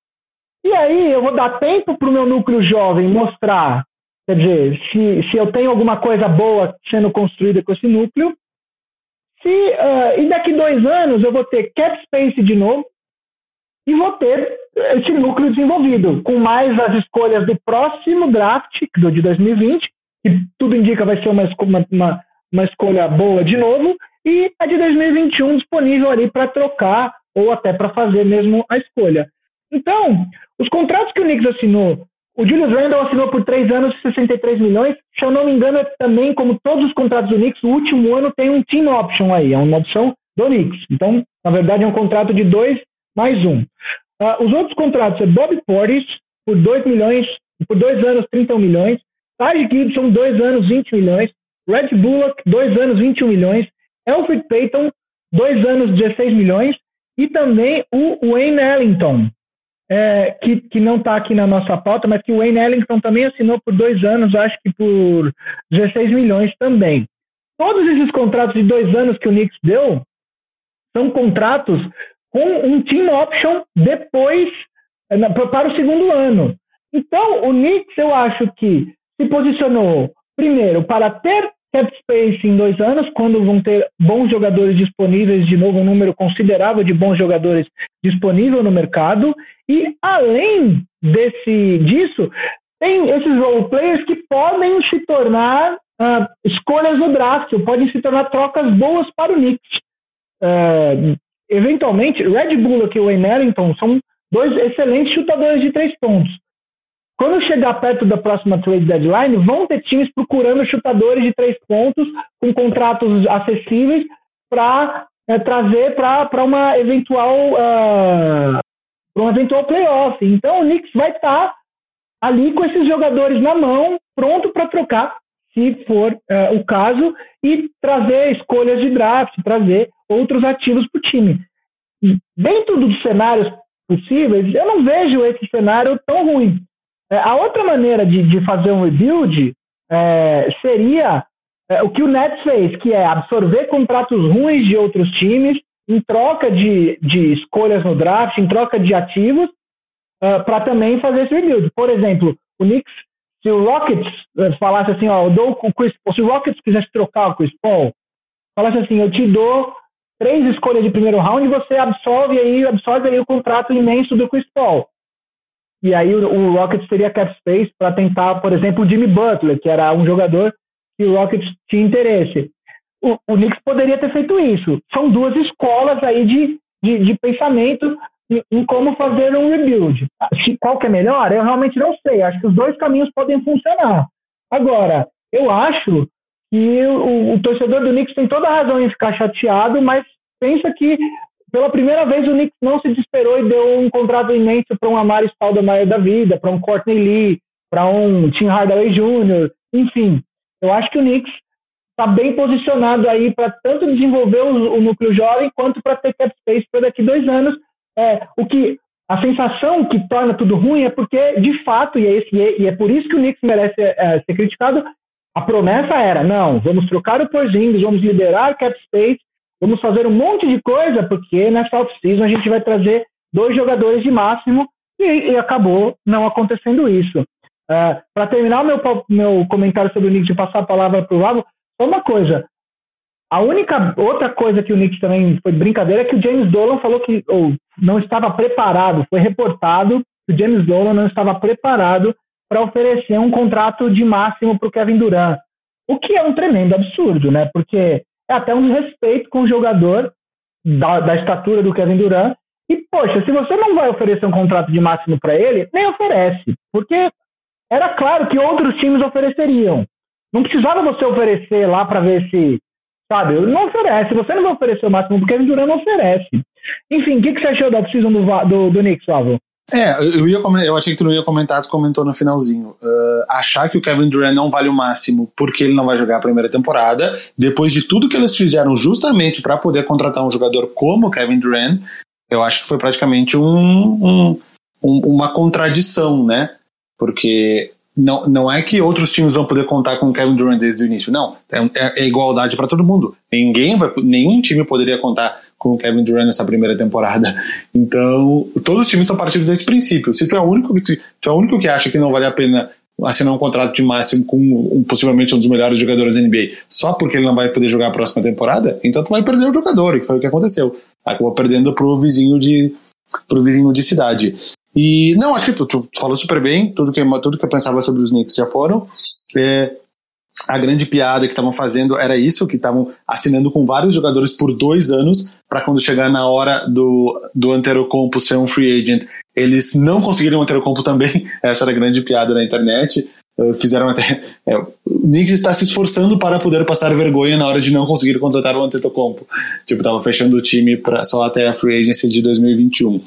e aí eu vou dar tempo para o meu núcleo jovem mostrar, quer dizer, se, se eu tenho alguma coisa boa sendo construída com esse núcleo, se, uh, e daqui dois anos eu vou ter cap space de novo, e vou ter esse núcleo desenvolvido, com mais as escolhas do próximo draft, do de dois mil e vinte, que tudo indica vai ser uma, uma, uma escolha boa de novo, e a de dois mil e vinte e um disponível ali para trocar, ou até para fazer mesmo a escolha. Então, os contratos que o Knicks assinou, o Julius Randle assinou por três anos e sessenta e três milhões, se eu não me engano, é também, como todos os contratos do Knicks, o último ano tem um team option aí, é uma opção do Knicks. Então, na verdade, é um contrato de dois mais um. Uh, os outros contratos é Bobby Portis, por dois milhões, por dois anos, trinta e um milhões, Taj Gibson, dois anos, vinte milhões, Red Bullock, dois anos, vinte e um milhões, Elfrid Payton, dois anos, dezesseis milhões, e também o Wayne Ellington, é, que, que não está aqui na nossa pauta, mas que o Wayne Ellington também assinou por dois anos, acho que por dezesseis milhões também. Todos esses contratos de dois anos que o Knicks deu são contratos com um team option depois, para o segundo ano. Então, o Knicks, eu acho que se posicionou, primeiro, para ter cap space em dois anos, quando vão ter bons jogadores disponíveis, de novo, um número considerável de bons jogadores disponível no mercado, e além desse, disso, tem esses role players que podem se tornar uh, escolhas no draft, ou podem se tornar trocas boas para o Knicks. Uh, eventualmente, Red Bullock e Wayne Ellington são dois excelentes chutadores de três pontos. Quando chegar perto da próxima trade deadline, vão ter times procurando chutadores de três pontos com contratos acessíveis para é, trazer para uma eventual uh, para um eventual playoff. Então o Knicks vai estar tá ali com esses jogadores na mão, pronto para trocar, se for uh, o caso, e trazer escolhas de draft, trazer outros ativos para o time. Dentro dos cenários possíveis, eu não vejo esse cenário tão ruim. A outra maneira de, de fazer um rebuild é, seria é, o que o Nets fez, que é absorver contratos ruins de outros times em troca de, de escolhas no draft, em troca de ativos, uh, para também fazer esse rebuild. Por exemplo, o Knicks, se o Rockets uh, falasse assim, ó, eu dou o Chris Paul, se o Rockets quisesse trocar o Chris Paul, falasse assim, eu te dou três escolhas de primeiro round e você absorve aí, absorve aí o contrato imenso do Chris Paul. E aí o, o Rockets teria cap space para tentar, por exemplo, o Jimmy Butler, que era um jogador que o Rockets tinha interesse. o, o Knicks poderia ter feito isso. São duas escolas aí de, de, de pensamento em, em como fazer um rebuild. Qual que é melhor? Eu realmente não sei. Acho que os dois caminhos podem funcionar. Agora, eu acho que o, o torcedor do Knicks tem toda a razão em ficar chateado, mas pensa que pela primeira vez o Knicks não se desesperou e deu um contrato imenso para um Amar'e Stoudemire da vida, para um Courtney Lee, para um Tim Hardaway Júnior, enfim. Eu acho que o Knicks está bem posicionado aí para tanto desenvolver o, o núcleo jovem quanto para ter cap space para daqui dois anos. É, o que, a sensação que torna tudo ruim é porque, de fato, e é, esse, e é por isso que o Knicks merece é, ser criticado, a promessa era, não, vamos trocar o Porzingis, vamos liberar cap space, vamos fazer um monte de coisa, porque nessa off-season a gente vai trazer dois jogadores de máximo, e, e acabou não acontecendo isso. Uh, para terminar o meu, meu comentário sobre o Knicks e passar a palavra para o Vavo, só uma coisa. A única outra coisa que o Knicks também foi brincadeira é que o James Dolan falou que ou, não estava preparado, foi reportado que o James Dolan não estava preparado para oferecer um contrato de máximo para o Kevin Durant. O que é um tremendo absurdo, né? Porque é até um desrespeito com o jogador da, da estatura do Kevin Durant. E, poxa, se você não vai oferecer um contrato de máximo para ele, nem oferece. Porque era claro que outros times ofereceriam. Não precisava você oferecer lá para ver se... Sabe? Não oferece. Você não vai oferecer o máximo porque o Kevin Durant não oferece. Enfim, o que, que você achou da off-season do, do, do Knicks, Vavo? É, eu, ia, eu achei que tu não ia comentar, tu comentou no finalzinho. Uh, achar que o Kevin Durant não vale o máximo porque ele não vai jogar a primeira temporada, depois de tudo que eles fizeram justamente para poder contratar um jogador como o Kevin Durant, eu acho que foi praticamente um, um, um, uma contradição, né? Porque não, não é que outros times vão poder contar com o Kevin Durant desde o início, não. É, é igualdade para todo mundo. Ninguém vai, nenhum time poderia contar com o Kevin Durant nessa primeira temporada. Então, todos os times estão partindo desse princípio. Se tu é o único que, tu, tu é o único que acha que não vale a pena assinar um contrato de máximo com um, possivelmente um dos melhores jogadores da N B A, só porque ele não vai poder jogar a próxima temporada, então tu vai perder o jogador, que foi o que aconteceu. Acabou perdendo pro vizinho de, pro vizinho de cidade. E, não, acho que tu, tu falou super bem, tudo que, tudo que eu pensava sobre os Knicks já foram. É, a grande piada que estavam fazendo era isso, que estavam assinando com vários jogadores por dois anos, para quando chegar na hora do, do Antetokounmpo ser um free agent, eles não conseguiram o Antetokounmpo também. Essa era a grande piada na internet. Uh, fizeram até... É, o Knicks está se esforçando para poder passar vergonha na hora de não conseguir contratar o Antetokounmpo. Tipo, tava fechando o time pra, só até a free agency de dois mil e vinte e um.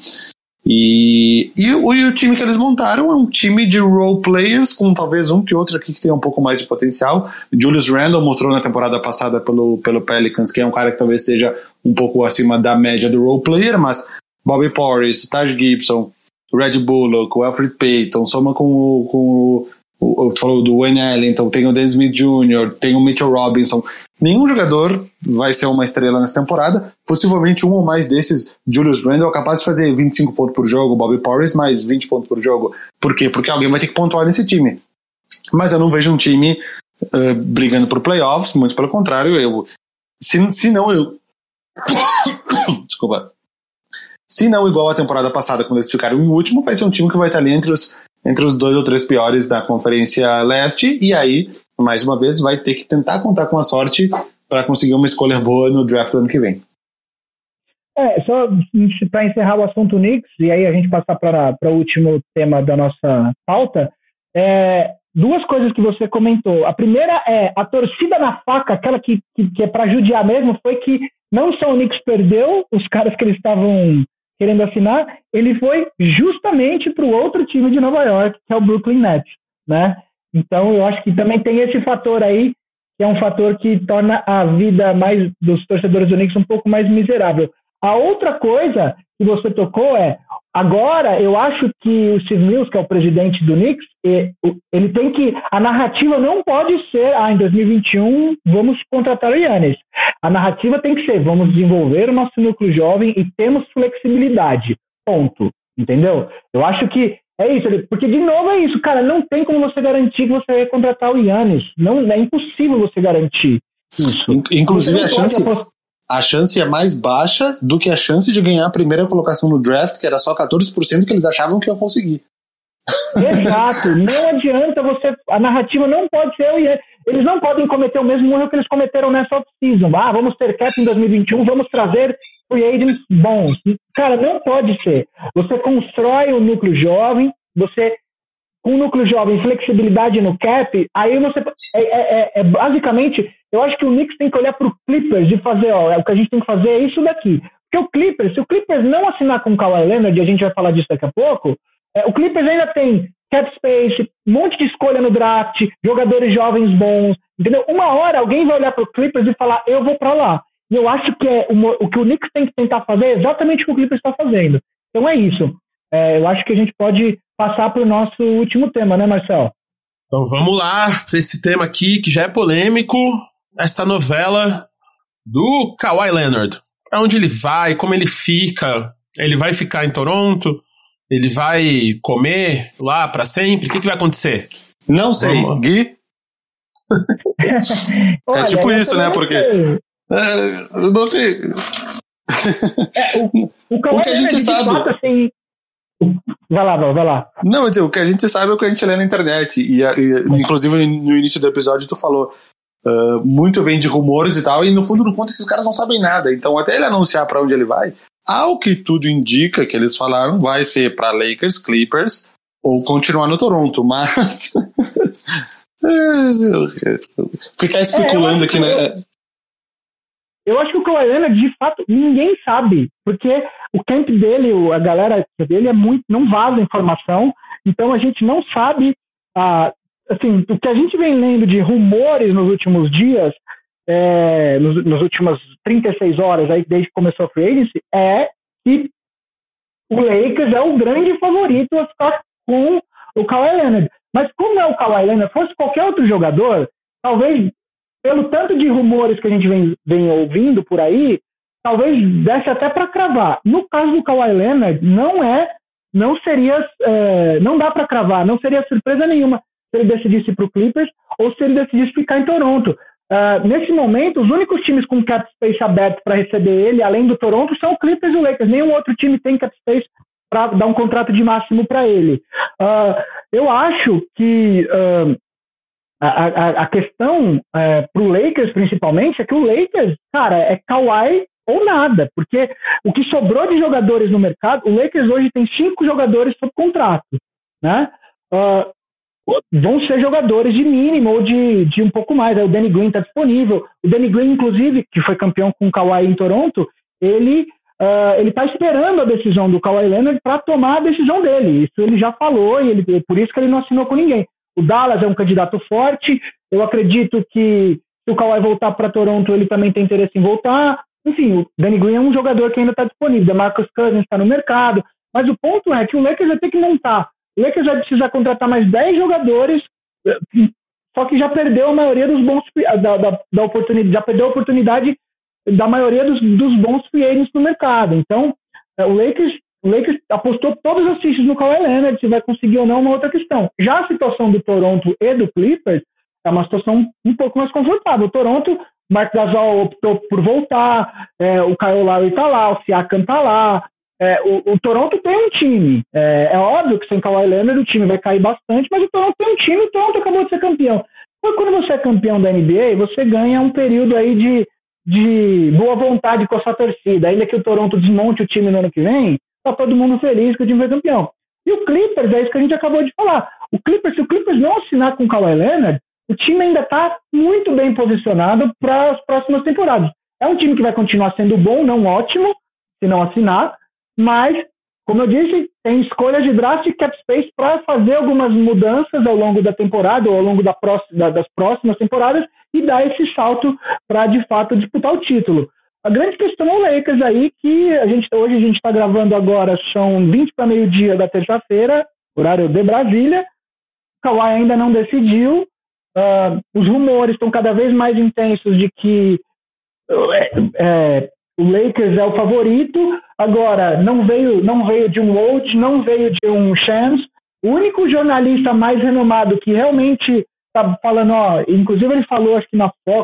E, e, o, e o time que eles montaram é um time de role players, com talvez um que outro aqui que tem um pouco mais de potencial. Julius Randle mostrou na temporada passada pelo, pelo Pelicans que é um cara que talvez seja um pouco acima da média do role player, mas Bobby Portis, Taj Gibson, Red Bullock, o Elfrid Payton, soma com o, com o, o, o tu falou do Wayne Ellington, tem o Dennis Smith Júnior, tem o Mitchell Robinson. Nenhum jogador vai ser uma estrela nessa temporada. Possivelmente um ou mais desses, Julius Randle, é capaz de fazer vinte e cinco pontos por jogo, Bobby Portis mais vinte pontos por jogo. Por quê? Porque alguém vai ter que pontuar nesse time. Mas eu não vejo um time uh, brigando por playoffs, muito pelo contrário. Eu, se, se não, eu... Desculpa. Se não igual a temporada passada, quando eles ficaram em último, vai ser um time que vai estar ali entre os, entre os dois ou três piores da Conferência Leste, e aí, mais uma vez, vai ter que tentar contar com a sorte para conseguir uma escolha boa no draft do ano que vem. É, só para encerrar o assunto Knicks, e aí a gente passar para o último tema da nossa pauta, é, duas coisas que você comentou. A primeira é a torcida na faca, aquela que, que, que é para judiar mesmo, foi que não só o Knicks perdeu os caras que eles estavam querendo assinar, ele foi justamente para o outro time de Nova York, que é o Brooklyn Nets, né? Então eu acho que também tem esse fator aí, que é um fator que torna a vida mais dos torcedores do Knicks um pouco mais miserável. A outra coisa que você tocou é, agora eu acho que o Steve Mills, que é o presidente do Knicks, ele tem que, a narrativa não pode ser, ah, em dois mil e vinte e um vamos contratar o Giannis. A narrativa tem que ser, vamos desenvolver o nosso núcleo jovem e temos flexibilidade, ponto, entendeu? Eu acho que é isso, porque de novo é isso, cara, não tem como você garantir que você vai contratar o Giannis, não, é impossível você garantir isso. Inclusive a chance... A chance é mais baixa do que a chance de ganhar a primeira colocação no draft, que era só quatorze por cento que eles achavam que iam conseguir. Exato, não adianta você, a narrativa não pode ser, eles não podem cometer o mesmo erro que eles cometeram nessa off-season. Ah, vamos ter cap em dois mil e vinte e um, vamos trazer free agents bons. Cara, não pode ser. Você constrói o núcleo jovem, você, com o núcleo jovem, flexibilidade no cap, aí você, é, é, é basicamente, eu acho que o Knicks tem que olhar para o Clippers e fazer, ó, o que a gente tem que fazer é isso daqui. Porque o Clippers, se o Clippers não assinar com o Kawhi Leonard, e a gente vai falar disso daqui a pouco, é, o Clippers ainda tem cap space, um monte de escolha no draft, jogadores jovens bons, entendeu? Uma hora alguém vai olhar para o Clippers e falar, eu vou para lá. E eu acho que é uma, o que o Knicks tem que tentar fazer é exatamente o que o Clippers está fazendo. Então é isso. É, eu acho que a gente pode passar para o nosso último tema, né, Marcel? Então vamos lá para esse tema aqui, que já é polêmico, essa novela do Kawhi Leonard. Para onde ele vai, como ele fica, ele vai ficar em Toronto? Ele vai comer lá pra sempre? O que, que vai acontecer? Não sei, Vamos. Gui? Olha, é tipo isso, né? Porque... É, não sei. É, o, o, o que a gente sabe... Fato, assim... Vai lá, vai lá. Não, o que a gente sabe é o que a gente lê na internet. E, e inclusive, no início do episódio, tu falou... Uh, muito vem de rumores e tal, e no fundo, no fundo, esses caras não sabem nada. Então, até ele anunciar pra onde ele vai, ao que tudo indica que eles falaram, vai ser pra Lakers, Clippers ou continuar no Toronto, mas ficar especulando é, aqui, né? Eu, eu acho que o Kawhi Leonard, de fato, ninguém sabe, porque o camp dele, a galera dele é muito, não vaza informação, então a gente não sabe a assim, o que a gente vem lendo de rumores nos últimos dias, é, nos, nas últimas trinta e seis horas, aí, desde que começou a free agency, é que o Lakers é o grande favorito a ficar com o Kawhi Leonard. Mas como é o Kawhi Leonard, fosse qualquer outro jogador, talvez, pelo tanto de rumores que a gente vem, vem ouvindo por aí, talvez desse até para cravar. No caso do Kawhi Leonard, não é, não seria, é, não dá para cravar, não seria surpresa nenhuma se ele decidisse ir para o Clippers ou se ele decidisse ficar em Toronto. Uh, nesse momento, os únicos times com cap space aberto para receber ele, além do Toronto, são o Clippers e o Lakers. Nenhum outro time tem cap space para dar um contrato de máximo para ele. Uh, eu acho que uh, a, a, a questão uh, para o Lakers, principalmente, é que o Lakers, cara, é Kawhi ou nada, porque o que sobrou de jogadores no mercado, o Lakers hoje tem cinco jogadores sob contrato, né? Uh, vão ser jogadores de mínimo ou de, de um pouco mais. O Danny Green está disponível. O Danny Green, inclusive, que foi campeão com o Kawhi em Toronto, ele uh, ele está esperando a decisão do Kawhi Leonard para tomar a decisão dele. Isso ele já falou, e ele, por isso que ele não assinou com ninguém. O Dallas é um candidato forte. Eu acredito que se o Kawhi voltar para Toronto, ele também tem interesse em voltar. Enfim, o Danny Green é um jogador que ainda está disponível. DeMarcus Cousins está no mercado. Mas o ponto é que o Lakers vai ter que montar. O Lakers vai precisar contratar mais dez jogadores, só que já perdeu a maioria dos bons da, da, da oportunidade, já perdeu a oportunidade da maioria dos, dos bons free agents no mercado. Então, o Lakers, o Lakers apostou todas as fichas no Kawhi Leonard, se vai conseguir ou não é uma outra questão. Já a situação do Toronto e do Clippers é uma situação um pouco mais confortável. O Toronto, Marc Gasol optou por voltar, é, o Kyle Lowry está lá, o Siakam está lá. É, o, o Toronto tem um time. É, é óbvio que sem Kawhi Leonard o time vai cair bastante, mas o Toronto tem um time e o Toronto acabou de ser campeão. Mas quando você é campeão da N B A, você ganha um período aí de, de boa vontade com a sua torcida. Ainda que o Toronto desmonte o time no ano que vem, tá todo mundo feliz que o time foi campeão. E o Clippers, é isso que a gente acabou de falar. O Clippers, se o Clippers não assinar com o Kawhi Leonard, o time ainda está muito bem posicionado para as próximas temporadas. É um time que vai continuar sendo bom, não ótimo, se não assinar, mas, como eu disse, tem escolhas de draft e cap space para fazer algumas mudanças ao longo da temporada ou ao longo da próxima, das próximas temporadas e dar esse salto para, de fato, disputar o título. A grande questão é o Lakers aí, que a gente, hoje a gente está gravando agora, são vinte para meio-dia da terça-feira, horário de Brasília. O Kawhi ainda não decidiu. Uh, os rumores estão cada vez mais intensos de que é, é, o Lakers é o favorito. Agora, não veio, não veio de um Woj, não veio de um Shams. O único jornalista mais renomado que realmente está falando, ó, inclusive ele falou, acho que na Fox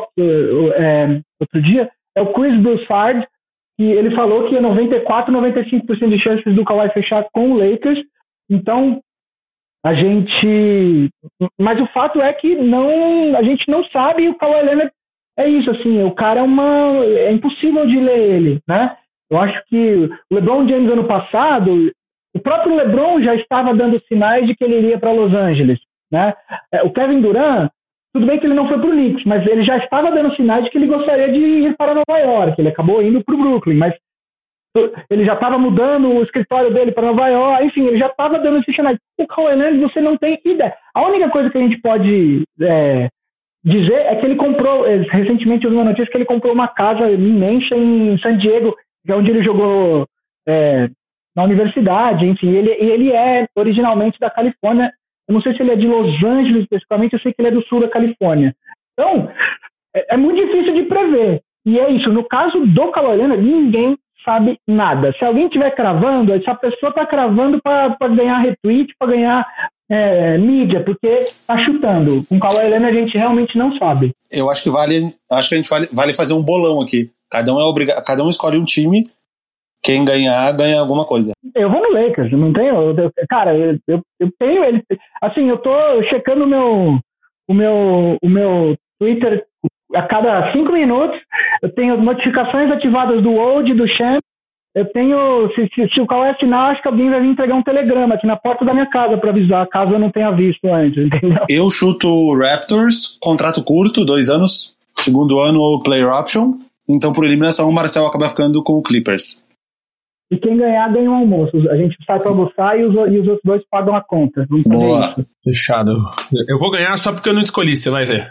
é, outro dia, é o Chris Broussard, que ele falou que é noventa e quatro, noventa e cinco por cento de chances do Kawhi fechar com o Lakers. Então, A gente... Mas o fato é que não, a gente não sabe, e o Kawhi Leonard é isso, assim, o cara é uma... É impossível de ler ele, né? Eu acho que o LeBron James ano passado, o próprio LeBron já estava dando sinais de que ele iria para Los Angeles, né? O Kevin Durant, tudo bem que ele não foi para o Knicks, mas ele já estava dando sinais de que ele gostaria de ir para Nova York. Ele acabou indo para o Brooklyn, mas ele já estava mudando o escritório dele para Nova York. Enfim, ele já estava dando esses sinais. O Kawhi Leonard, você não tem ideia. A única coisa que a gente pode é, dizer é que ele comprou, recentemente eu vi uma notícia que ele comprou uma casa imensa em San Diego, que é onde ele jogou é, na universidade. Enfim, ele, ele é originalmente da Califórnia. Eu não sei se ele é de Los Angeles especificamente, eu sei que ele é do sul da Califórnia. Então, é, é muito difícil de prever. E é isso, no caso do Kawhi Leonard, ninguém sabe nada. Se alguém estiver cravando, essa pessoa está cravando para ganhar retweet, para ganhar é, mídia, porque está chutando. Com o Kawhi Leonard a gente realmente não sabe. Eu acho que vale, acho que a gente vale, vale fazer um bolão aqui. Cada um é obrigado, cada um escolhe um time. Quem ganhar, ganha alguma coisa. Eu vou no Lakers, não tenho... Eu, cara, eu, eu, eu tenho ele... Assim, eu tô checando o meu, o meu, o meu Twitter a cada cinco minutos. Eu tenho notificações ativadas do Woj, do Champ. Eu tenho... Se, se, se o Kawhi assinar, acho que alguém vai vir entregar um telegrama aqui na porta da minha casa para avisar, caso eu não tenha visto antes, entendeu? Eu chuto Raptors, contrato curto, dois anos. Segundo ano, player option. Então, por eliminação, o Marcel acaba ficando com o Clippers. E quem ganhar, ganha um almoço. A gente sai pra almoçar e os, e os outros dois pagam a conta. Vamos fazer Boa. Isso. Fechado. Eu vou ganhar só porque eu não escolhi, você vai ver.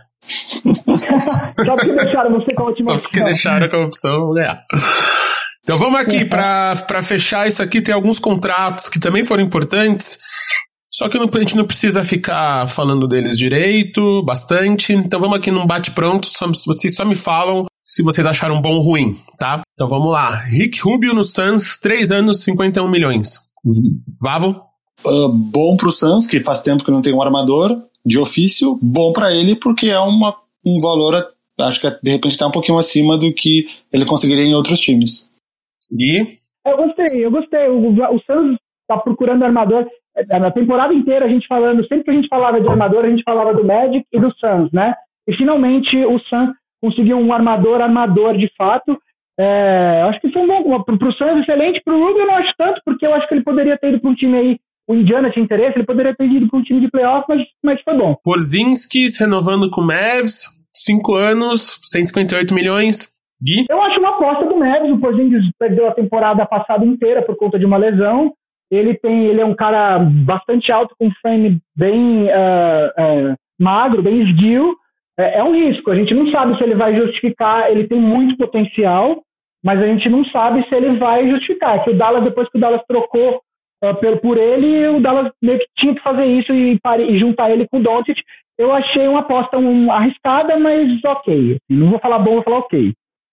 Só porque deixaram você como última Só porque deixaram como opção, eu vou ganhar. Então vamos aqui, pra, pra fechar isso aqui, tem alguns contratos que também foram importantes, só que a gente não precisa ficar falando deles direito, bastante. Então vamos aqui num bate-pronto, só, vocês só me falam se vocês acharam bom ou ruim, tá? Então vamos lá. Rick Rubio no Suns, três anos, cinquenta e um milhões. Vavo? Uh, bom pro Suns, que faz tempo que não tem um armador de ofício. Bom pra ele, porque é uma, um valor, acho que de repente tá um pouquinho acima do que ele conseguiria em outros times. Gui? Eu gostei, eu gostei. O, o Suns tá procurando armador. Na temporada inteira a gente falando, sempre que a gente falava de armador, a gente falava do Magic e do Suns, né? E finalmente o Suns conseguiu um armador, armador de fato. É, acho que foi um bom. Para o Suns, excelente. Para o Rubio, eu não acho tanto, porque eu acho que ele poderia ter ido para um time aí. O Indiana tinha interesse, ele poderia ter ido para um time de playoff, mas, mas foi bom. Porzingis renovando com o Mavs, cinco anos, cento e cinquenta e oito milhões. Gui? Eu acho uma aposta do Mavs. O Porzingis perdeu a temporada passada inteira por conta de uma lesão. Ele, tem, ele é um cara bastante alto, com frame bem uh, uh, magro, bem esguio. É um risco, a gente não sabe se ele vai justificar, ele tem muito potencial, mas a gente não sabe se ele vai justificar. Que o Dallas, depois que o Dallas trocou uh, por ele, o Dallas meio que tinha que fazer isso e, e juntar ele com o Doncic. Eu achei uma aposta um, arriscada, mas ok. Não vou falar bom, vou falar ok.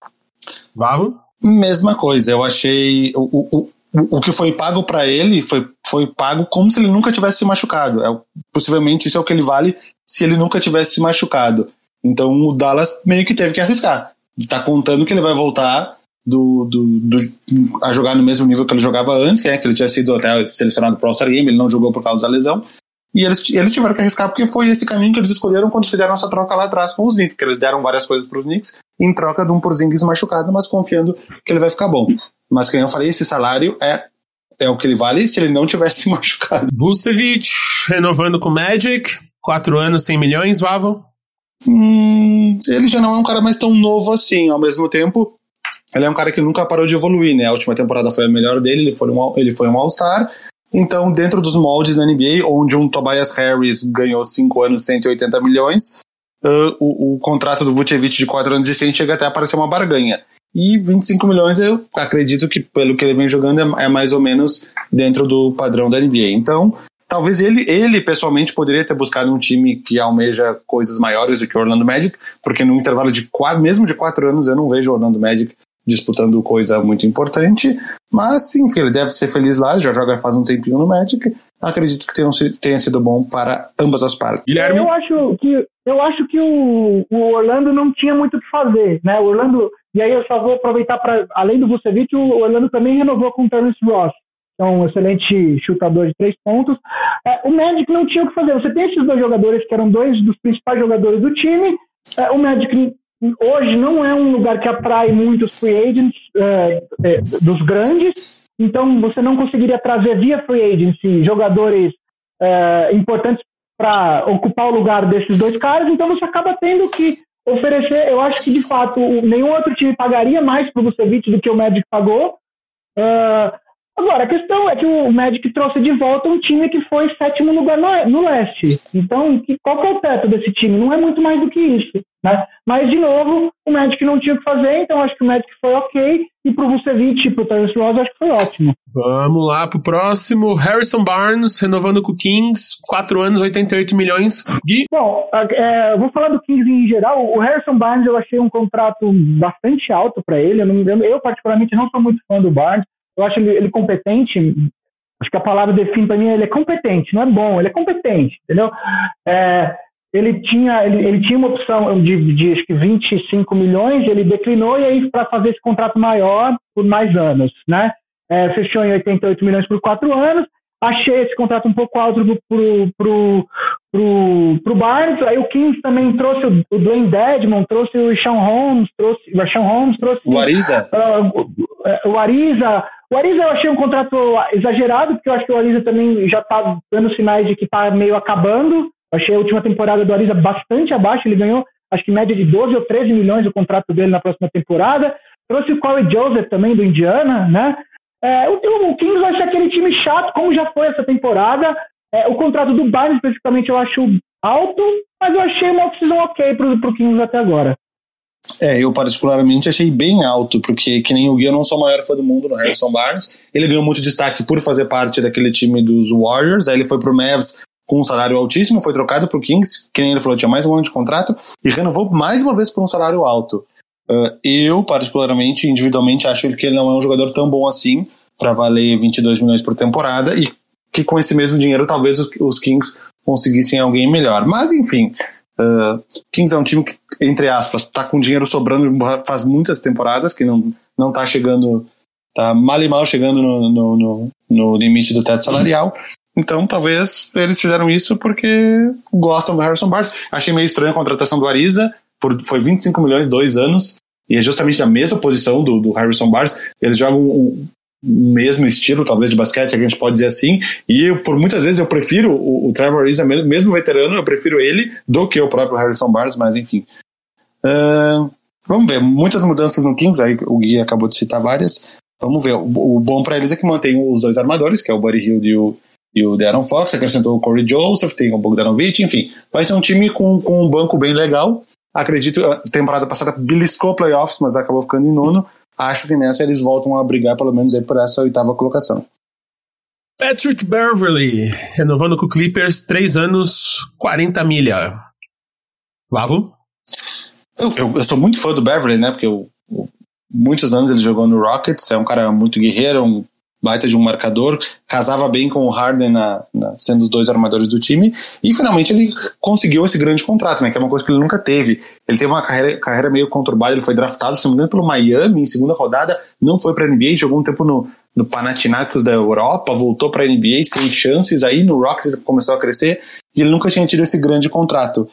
Vavo? Mesma coisa, eu achei... O, o, o, o que foi pago para ele foi, foi pago como se ele nunca tivesse se machucado. É, possivelmente isso é o que ele vale se ele nunca tivesse se machucado. Então o Dallas meio que teve que arriscar. Tá contando que ele vai voltar do, do, do, a jogar no mesmo nível que ele jogava antes, que, é, que ele tinha sido até selecionado para o All-Star Game, ele não jogou por causa da lesão. E eles, eles tiveram que arriscar porque foi esse caminho que eles escolheram quando fizeram essa troca lá atrás com os Knicks, que eles deram várias coisas para os Knicks em troca de um Porzingis machucado, mas confiando que ele vai ficar bom. Mas como eu falei, esse salário é, é o que ele vale se ele não tivesse machucado. Vucevic renovando com o Magic, quatro anos, cem milhões, Vavo? Hum, ele já não é um cara mais tão novo assim. Ao mesmo tempo, ele é um cara que nunca parou de evoluir, né? A última temporada foi a melhor dele, ele foi um, ele foi um All-Star. Então, dentro dos moldes da N B A, onde um Tobias Harris ganhou cinco anos, cento e oitenta milhões, uh, o, o contrato do Vucevic de quatro anos e cem chega até a parecer uma barganha. E vinte e cinco milhões, eu acredito que, pelo que ele vem jogando, é, é mais ou menos dentro do padrão da N B A. Então, talvez ele, ele, pessoalmente, poderia ter buscado um time que almeja coisas maiores do que o Orlando Magic, porque no intervalo de quatro, mesmo de quatro anos, eu não vejo o Orlando Magic disputando coisa muito importante, mas, enfim, ele deve ser feliz lá, já joga faz um tempinho no Magic. Acredito que tenha, tenha sido bom para ambas as partes. Guilherme? Eu acho que, eu acho que o, o Orlando não tinha muito o que fazer, né? O Orlando, e aí eu só vou aproveitar para, além do Vucevic, o Orlando também renovou com o Terrence Ross, é um excelente chutador de três pontos. É, o Magic não tinha o que fazer. Você tem esses dois jogadores que eram dois dos principais jogadores do time. É, o Magic hoje não é um lugar que atrai muitos free agents é, é, dos grandes, então você não conseguiria trazer via free agency jogadores é, importantes para ocupar o lugar desses dois caras, então você acaba tendo que oferecer. Eu acho que de fato nenhum outro time pagaria mais para o Vucevic do que o Magic pagou. Uh, agora, a questão é que o Magic trouxe de volta um time que foi sétimo lugar no, no leste. Então, que, qual que é o teto desse time? Não é muito mais do que isso, né? Mas, de novo, o Magic não tinha o que fazer, então acho que o Magic foi ok, e pro Vucevic e pro Terrence Ross acho que foi ótimo. Vamos lá pro próximo. Harrison Barnes, renovando com o Kings, quatro anos, oitenta e oito milhões. Gui? Bom, é, eu vou falar do Kings em geral. O Harrison Barnes eu achei um contrato bastante alto para ele. Eu, não, eu, particularmente, não sou muito fã do Barnes. Eu acho ele, ele competente. Acho que a palavra define para mim, ele é competente, não é bom, ele é competente, entendeu? É, ele, tinha, ele, ele tinha uma opção de, de acho que vinte e cinco milhões, ele declinou, e aí para fazer esse contrato maior por mais anos, né? É, fechou em oitenta e oito milhões por quatro anos. Achei esse contrato um pouco alto pro, pro, pro, pro Barnes. Aí o Kings também trouxe o, o Dwayne Dedmon, trouxe o Richaun Holmes, trouxe o Richaun Holmes, trouxe o Ariza. Uh, o, o Ariza. O Ariza eu achei um contrato exagerado, porque eu acho que o Ariza também já tá dando sinais de que tá meio acabando. Eu achei a última temporada do Ariza bastante abaixo. Ele ganhou, acho que média de doze ou treze milhões o contrato dele na próxima temporada. Trouxe o Corey Joseph também do Indiana, né? É, o, o Kings vai ser aquele time chato, como já foi essa temporada. É, o contrato do Barnes, especificamente, eu acho alto, mas eu achei uma decisão ok pro, pro Kings até agora. É, eu particularmente achei bem alto, porque, que nem o Gui, eu não sou o maior fã do mundo no Harrison Barnes. Ele ganhou muito destaque por fazer parte daquele time dos Warriors. Aí ele foi pro Mavs com um salário altíssimo, foi trocado pro Kings, que nem ele falou, tinha mais um ano de contrato, e renovou mais uma vez por um salário alto. Uh, eu, particularmente, individualmente, acho que ele não é um jogador tão bom assim para valer vinte e dois milhões por temporada, e que com esse mesmo dinheiro talvez os Kings conseguissem alguém melhor. Mas, enfim, uh, Kings é um time que, entre aspas, tá com dinheiro sobrando faz muitas temporadas, que não, não tá chegando, tá mal e mal chegando no, no, no, no limite do teto salarial. Então, talvez eles fizeram isso porque gostam do Harrison Barnes. Achei meio estranho a contratação do Ariza. Por, foi vinte e cinco milhões, dois anos, e é justamente na mesma posição do, do Harrison Barnes. Eles jogam o mesmo estilo, talvez, de basquete, se a gente pode dizer assim, e eu, por muitas vezes eu prefiro o, o Trevor Ariza, mesmo, mesmo veterano, eu prefiro ele do que o próprio Harrison Barnes, mas enfim. Uh, vamos ver, muitas mudanças no Kings, aí o Gui acabou de citar várias. Vamos ver, o, o bom para eles é que mantém os dois armadores, que é o Buddy Hield e o e o De'Aaron Fox, acrescentou o Corey Joseph, tem o Bogdanovic, enfim, vai ser um time com, com um banco bem legal. Acredito, a temporada passada beliscou playoffs, mas acabou ficando em nono. Acho que nessa eles voltam a brigar pelo menos aí por essa oitava colocação. Patrick Beverley, renovando com o Clippers, três anos, quarenta milha. Vavo? Eu, eu, eu sou muito fã do Beverley, né, porque eu, eu, muitos anos ele jogou no Rockets, é um cara muito guerreiro, um baita de um marcador, casava bem com o Harden na, na, sendo os dois armadores do time, e finalmente ele conseguiu esse grande contrato, né, que é uma coisa que ele nunca teve. Ele teve uma carreira, carreira meio conturbada, ele foi draftado, se não me engano, pelo Miami em segunda rodada, não foi para a N B A, jogou um tempo no, no Panathinaikos da Europa, voltou para a N B A sem chances, aí no Rockets ele começou a crescer, e ele nunca tinha tido esse grande contrato.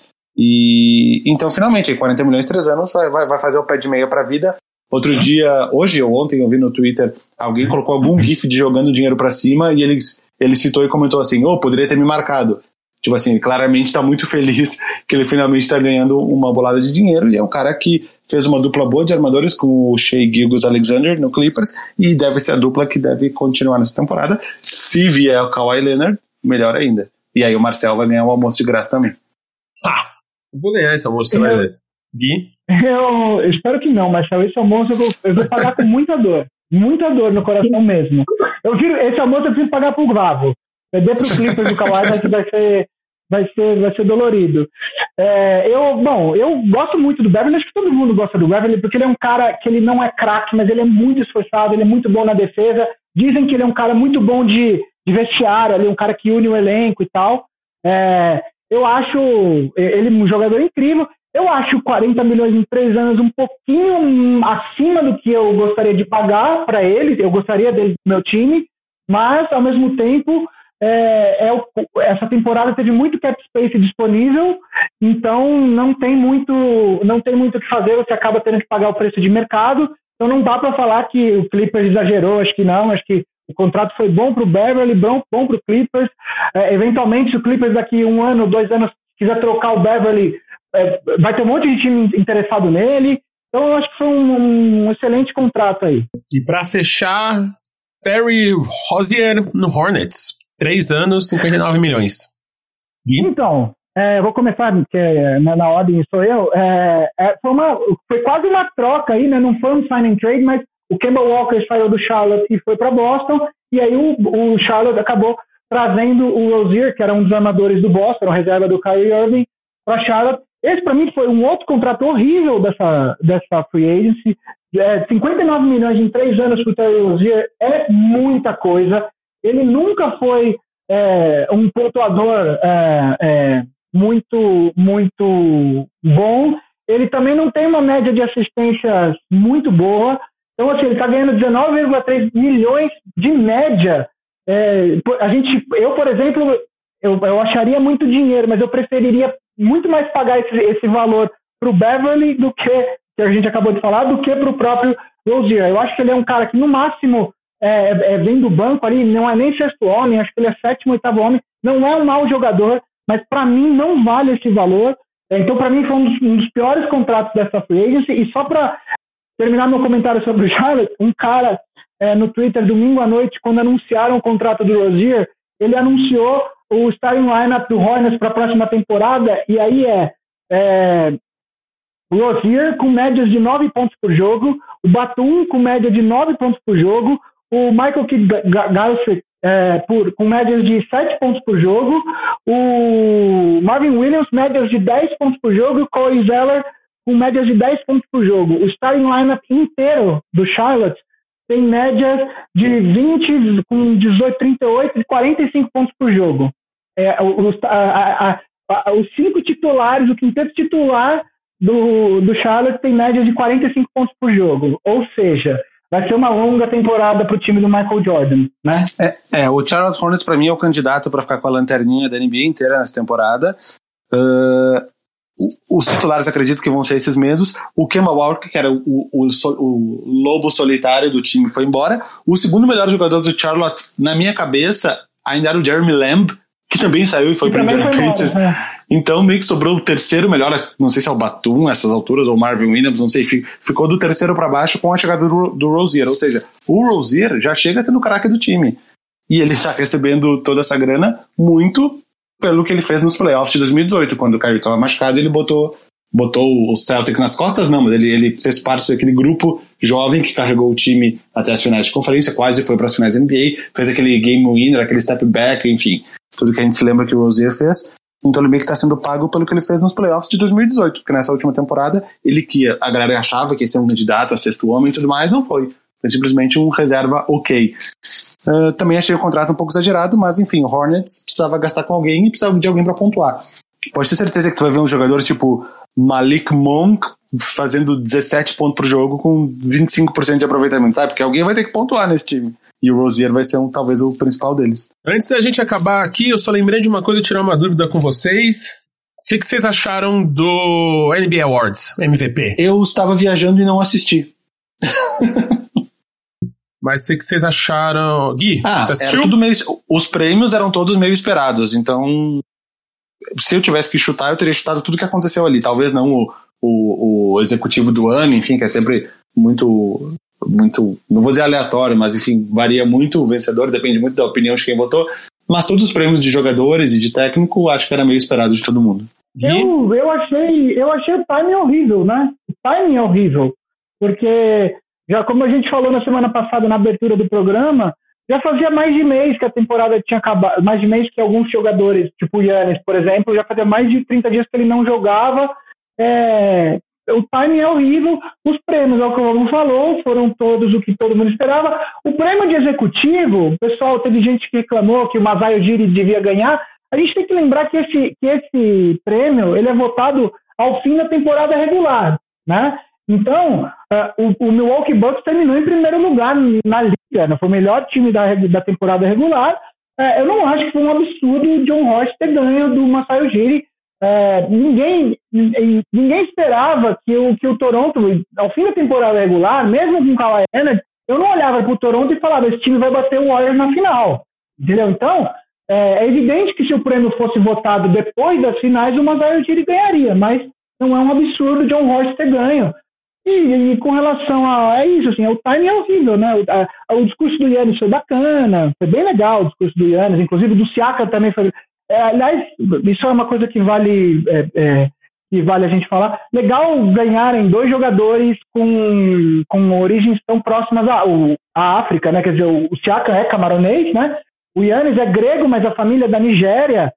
E então finalmente, quarenta milhões, três anos, vai, vai fazer o pé de meia para a vida. Outro dia, hoje ou ontem, eu vi no Twitter, alguém colocou algum gif de jogando dinheiro pra cima, e ele, ele citou e comentou assim, oh, poderia ter me marcado. Tipo assim, ele claramente tá muito feliz que ele finalmente tá ganhando uma bolada de dinheiro, e é um cara que fez uma dupla boa de armadores com o Shai Gilgeous-Alexander no Clippers, e deve ser a dupla que deve continuar nessa temporada. Se vier o Kawhi Leonard, melhor ainda. E aí o Marcel vai ganhar um almoço de graça também. Ah, eu vou ganhar esse almoço, você vai ver. Gui? Eu espero que não, mas esse almoço eu vou, eu vou pagar com muita dor. Muita dor no coração mesmo. Eu viro, esse almoço eu preciso pagar pro Vavo. Perder pro Clippers do Kawhi vai, vai, ser, vai, ser, vai ser dolorido. É, eu, bom, eu gosto muito do Beverley, acho que todo mundo gosta do Beverley, porque ele é um cara que ele não é craque, mas ele é muito esforçado, ele é muito bom na defesa. Dizem que ele é um cara muito bom de, de vestiário, ele é um cara que une o elenco e tal. É, eu acho ele um jogador incrível. Eu acho quarenta milhões em três anos um pouquinho acima do que eu gostaria de pagar para ele. Eu gostaria dele no meu time. mas, ao mesmo tempo, é, é o, essa temporada teve muito cap space disponível, então não tem muito não tem muito o que fazer, você acaba tendo que pagar o preço de mercado, então não dá para falar que o Clippers exagerou, acho que não, acho que o contrato foi bom para o Beverley, bom, bom para o Clippers, é, eventualmente se o Clippers daqui um ano, dois anos, quiser trocar o Beverley, é, vai ter um monte de time interessado nele, então eu acho que foi um, um excelente contrato aí. E para fechar, Terry Rozier no Hornets. Três anos, cinquenta e nove milhões. E? Então, é, vou começar, porque na, na ordem sou eu. É, é, foi, uma, foi quase uma troca aí, né? Não foi um sign and trade, mas o Kemba Walker saiu do Charlotte e foi para Boston, e aí o, o Charlotte acabou trazendo o Rozier, que era um dos armadores do Boston, era reserva do Kyrie Irving, para Charlotte. Esse, para mim, foi um outro contrato horrível dessa, dessa free agency. É, cinquenta e nove milhões em três anos para o Terry Rozier é muita coisa. Ele nunca foi é, um pontuador é, é, muito, muito bom. Ele também não tem uma média de assistências muito boa. Então, assim, ele está ganhando dezenove vírgula três milhões de média. É, a gente, eu, por exemplo, eu, eu acharia muito dinheiro, mas eu preferiria muito mais pagar esse, esse valor para o Beverley do que, que a gente acabou de falar, do que para o próprio Rozier. Eu acho que ele é um cara que, no máximo, é, é, vem do banco ali, não é nem sexto homem, acho que ele é sétimo, oitavo homem, não é um mau jogador, mas para mim não vale esse valor. Então, para mim, foi um dos, um dos piores contratos dessa free agency. E só para terminar meu comentário sobre o Charlotte, um cara é, no Twitter, domingo à noite, quando anunciaram o contrato do Rozier, ele anunciou o starting lineup do Hornets para a próxima temporada, e aí é, é o Rozier com médias de nove pontos por jogo, o Batum com média de nove pontos por jogo, o Michael Kidd-Gilchrist é, por, com médias de sete pontos por jogo, o Marvin Williams, médias de dez pontos por jogo, e o Corey Zeller com médias de dez pontos por jogo. O starting lineup inteiro do Charlotte tem médias de vinte, com dezoito, trinta e oito, e quarenta e cinco pontos por jogo. É, os, a, a, a, os cinco titulares, o quinteto titular do, do Charlotte tem média de quarenta e cinco pontos por jogo. Ou seja, vai ser uma longa temporada para o time do Michael Jordan, né? É, é, o Charlotte Hornets, para mim, é o candidato para ficar com a lanterninha da N B A inteira nessa temporada. Uh, os titulares acredito que vão ser esses mesmos. O Kemba Walker, que era o, o, o, o lobo solitário do time, foi embora. O segundo melhor jogador do Charlotte, na minha cabeça, ainda era o Jeremy Lamb, que também saiu e foi para o Indiana Pacers. É. Então meio que sobrou o terceiro melhor, não sei se é o Batum essas alturas, ou o Marvin Williams, não sei, ficou do terceiro para baixo com a chegada do, do Rozier. Ou seja, o Rozier já chega sendo o craque do time. E ele está recebendo toda essa grana muito pelo que ele fez nos playoffs de dois mil e dezoito, quando o Kyrie estava machucado, ele botou, botou o Celtics nas costas, não, mas ele, ele fez parte daquele grupo jovem que carregou o time até as finais de conferência, quase foi para as finais da N B A, fez aquele game winner, aquele step back, enfim, tudo que a gente se lembra que o Rozier fez. Então ele meio que está sendo pago pelo que ele fez nos playoffs de dois mil e dezoito, porque nessa última temporada ele que a galera achava que ia ser um candidato a sexto homem e tudo mais, não foi. Foi simplesmente um reserva ok. Uh, também achei o contrato um pouco exagerado, mas enfim, o Hornets precisava gastar com alguém e precisava de alguém para pontuar. Pode ter certeza que tu vai ver um jogador tipo Malik Monk fazendo dezessete pontos por jogo com vinte e cinco por cento de aproveitamento, sabe? Porque alguém vai ter que pontuar nesse time. E o Rozier vai ser um, talvez o principal deles. Antes da gente acabar aqui, eu só lembrei de uma coisa, tirar uma dúvida com vocês. O que, que vocês acharam do N B A Awards, M V P? Eu estava viajando e não assisti. Mas o que vocês acharam... Gui, ah, você assistiu? Era tudo meio... Os prêmios eram todos meio esperados, então se eu tivesse que chutar, eu teria chutado tudo que aconteceu ali. Talvez não o, o, o executivo do ano, enfim, que é sempre muito, muito, não vou dizer aleatório, mas enfim, varia muito o vencedor, depende muito da opinião de quem votou, mas todos os prêmios de jogadores e de técnico, acho que era meio esperado de todo mundo. Eu, eu, achei, eu achei o timing horrível, né? O timing é horrível, porque... Já como a gente falou na semana passada na abertura do programa, já fazia mais de mês que a temporada tinha acabado, mais de mês que alguns jogadores, tipo o Giannis, por exemplo, já fazia mais de trinta dias que ele não jogava. É, o timing é horrível, os prêmios, é o que o Vamos falou, foram todos o que todo mundo esperava. O prêmio de executivo, o pessoal, teve gente que reclamou que o Masai Ujiri devia ganhar. A gente tem que lembrar que esse, que esse prêmio ele é votado ao fim da temporada regular, né? Então, uh, o, o Milwaukee Bucks terminou em primeiro lugar na liga, né? Foi o melhor time da, da temporada regular. Uh, eu não acho que foi um absurdo o Jon Horst ter ganho do Masai Ujiri. Uh, ninguém, ninguém esperava que o, que o Toronto, ao fim da temporada regular, mesmo com o Kawhi Leonard, eu não olhava para o Toronto e falava, esse time vai bater o Warriors na final. Entendeu? Então, é, é evidente que se o prêmio fosse votado depois das finais, o Masai Ujiri ganharia, mas não é um absurdo o Jon Horst ter ganho. E, e com relação a... É isso, assim, o timing é horrível, né? O, a, o discurso do Giannis foi bacana, foi bem legal o discurso do Giannis, inclusive do Siakam também foi... É, aliás, isso é uma coisa que vale, é, é, que vale a gente falar. Legal ganharem dois jogadores com, com origens tão próximas à, à África, né? Quer dizer, o Siakam é camaronês, né? O Giannis é grego, mas a família é da Nigéria.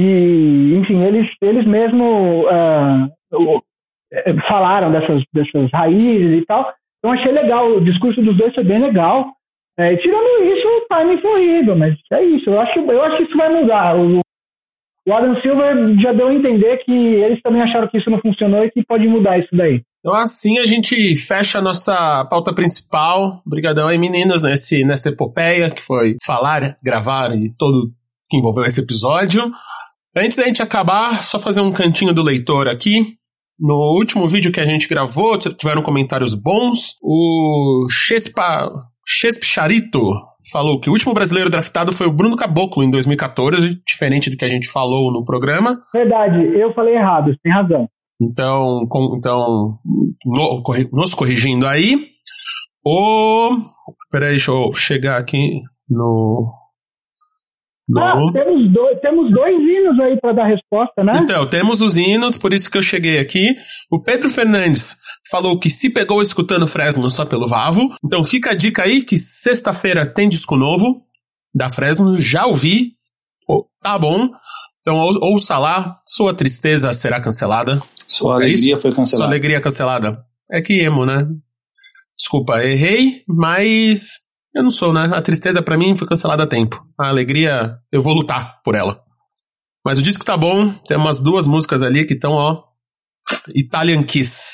E, enfim, eles, eles mesmo... Uh, falaram dessas, dessas raízes e tal. Então achei legal, o discurso dos dois foi bem legal. É, tirando isso, o timing foi horrível, mas é isso, eu acho, eu acho que isso vai mudar. O, o Adam Silver já deu a entender que eles também acharam que isso não funcionou e que pode mudar isso daí. Então assim a gente fecha a nossa pauta principal. Obrigadão aí, meninos, nesse, nessa epopeia que foi falar, gravar e todo que envolveu esse episódio. Antes da gente acabar, só fazer um cantinho do leitor aqui. No último vídeo que a gente gravou, tiveram comentários bons. O Chespa, Chespicharito falou que o último brasileiro draftado foi o Bruno Caboclo em dois mil e catorze, diferente do que a gente falou no programa. Verdade, eu falei errado, tem razão. Então, com, então no, corri, nos corrigindo aí. O... Peraí, deixa eu chegar aqui no... no... Ah, temos dois, temos dois hinos aí para dar resposta, né? Então, temos os hinos, por isso que eu cheguei aqui. O Pedro Fernandes falou que se pegou escutando Fresno só pelo Vavo. Então fica a dica aí que sexta-feira tem disco novo da Fresno. Já ouvi. Oh, tá bom. Então ou, ouça lá. Sua tristeza será cancelada. Sua alegria foi cancelada. Sua alegria cancelada. É que emo, né? Desculpa, errei, mas eu não sou, né? A tristeza pra mim foi cancelada a tempo. A alegria, eu vou lutar por ela. Mas o disco tá bom. Tem umas duas músicas ali que estão, ó, Italian Kiss.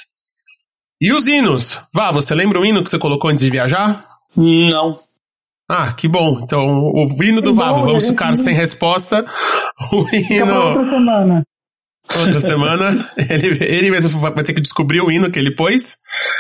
E os hinos? Vá, você lembra o hino que você colocou antes de viajar? Não. Ah, que bom. Então, o hino do Vavo, vamos ficar sem resposta. O hino... Outra semana. Outra semana. Ele, ele mesmo vai ter que descobrir o hino que ele pôs.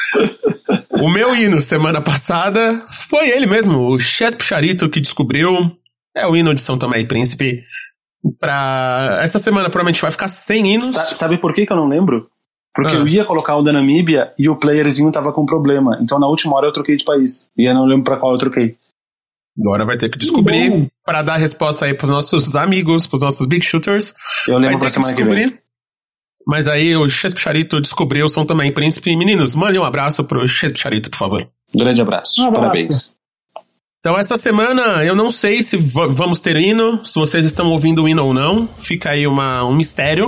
O meu hino semana passada foi ele mesmo, o Chespicharito, que descobriu. É o hino de São Tomé e Príncipe. Pra... Essa semana provavelmente vai ficar sem hinos. Sa- sabe por que que eu não lembro? Porque Ah. eu ia colocar o da Namíbia e o playerzinho tava com problema. Então na última hora eu troquei de país. E eu não lembro pra qual eu troquei. Agora vai ter que descobrir Bom. para dar resposta aí pros nossos amigos, pros nossos big shooters. Eu lembro Vai pra ter que semana que vem. descobrir. Mas aí o Chespicharito descobriu São Tomé e Príncipe. Meninos, mandem um abraço pro Chespicharito, por favor. Grande abraço. Um abraço. Parabéns. Então essa semana eu não sei se v- vamos ter hino, se vocês estão ouvindo o hino ou não. Fica aí uma, um mistério.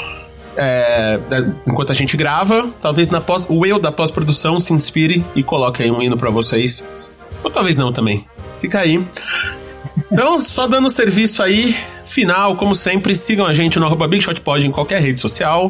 É, da- enquanto a gente grava, talvez na pós, o eu da pós-produção se inspire e coloque aí um hino pra vocês. Ou talvez não também. Fica aí. Então, só dando serviço aí, final, como sempre, sigam a gente no arroba BigShotPod em qualquer rede social.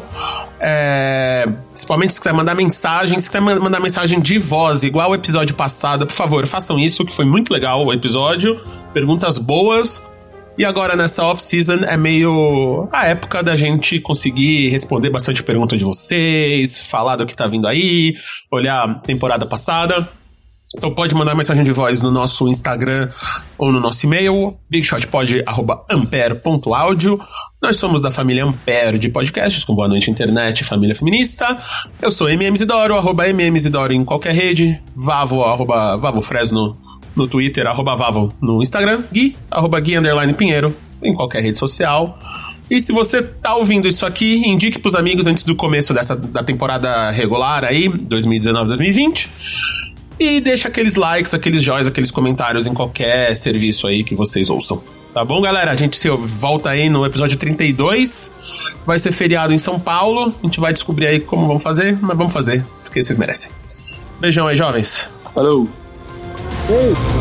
É, principalmente se quiser mandar mensagem, se quiser man- mandar mensagem de voz, igual o episódio passado, por favor, façam isso, que foi muito legal o episódio. Perguntas boas. E agora, nessa off-season, é meio a época da gente conseguir responder bastante pergunta de vocês, falar do que tá vindo aí, olhar a temporada passada. Então pode mandar mensagem de voz no nosso Instagram ou no nosso e-mail, bigshotpod arroba ampere ponto audio. Nós somos da família Ampere de podcasts, com Boa Noite Internet, Família Feminista. Eu sou mmzidoro, arroba mmzidoro em qualquer rede, Vavo, arroba Vavo Fresno no Twitter, arroba Vavo no Instagram, Gui, arroba Gui underline Pinheiro em qualquer rede social. E se você tá ouvindo isso aqui, indique pros amigos antes do começo dessa, da temporada regular aí, dois mil e dezenove, dois mil e vinte. E deixa aqueles likes, aqueles joys, aqueles comentários em qualquer serviço aí que vocês ouçam. Tá bom, galera? A gente se volta aí no episódio trinta e dois. Vai ser feriado em São Paulo. A gente vai descobrir aí como vamos fazer, mas vamos fazer, porque vocês merecem. Beijão aí, jovens. Falou. Ei.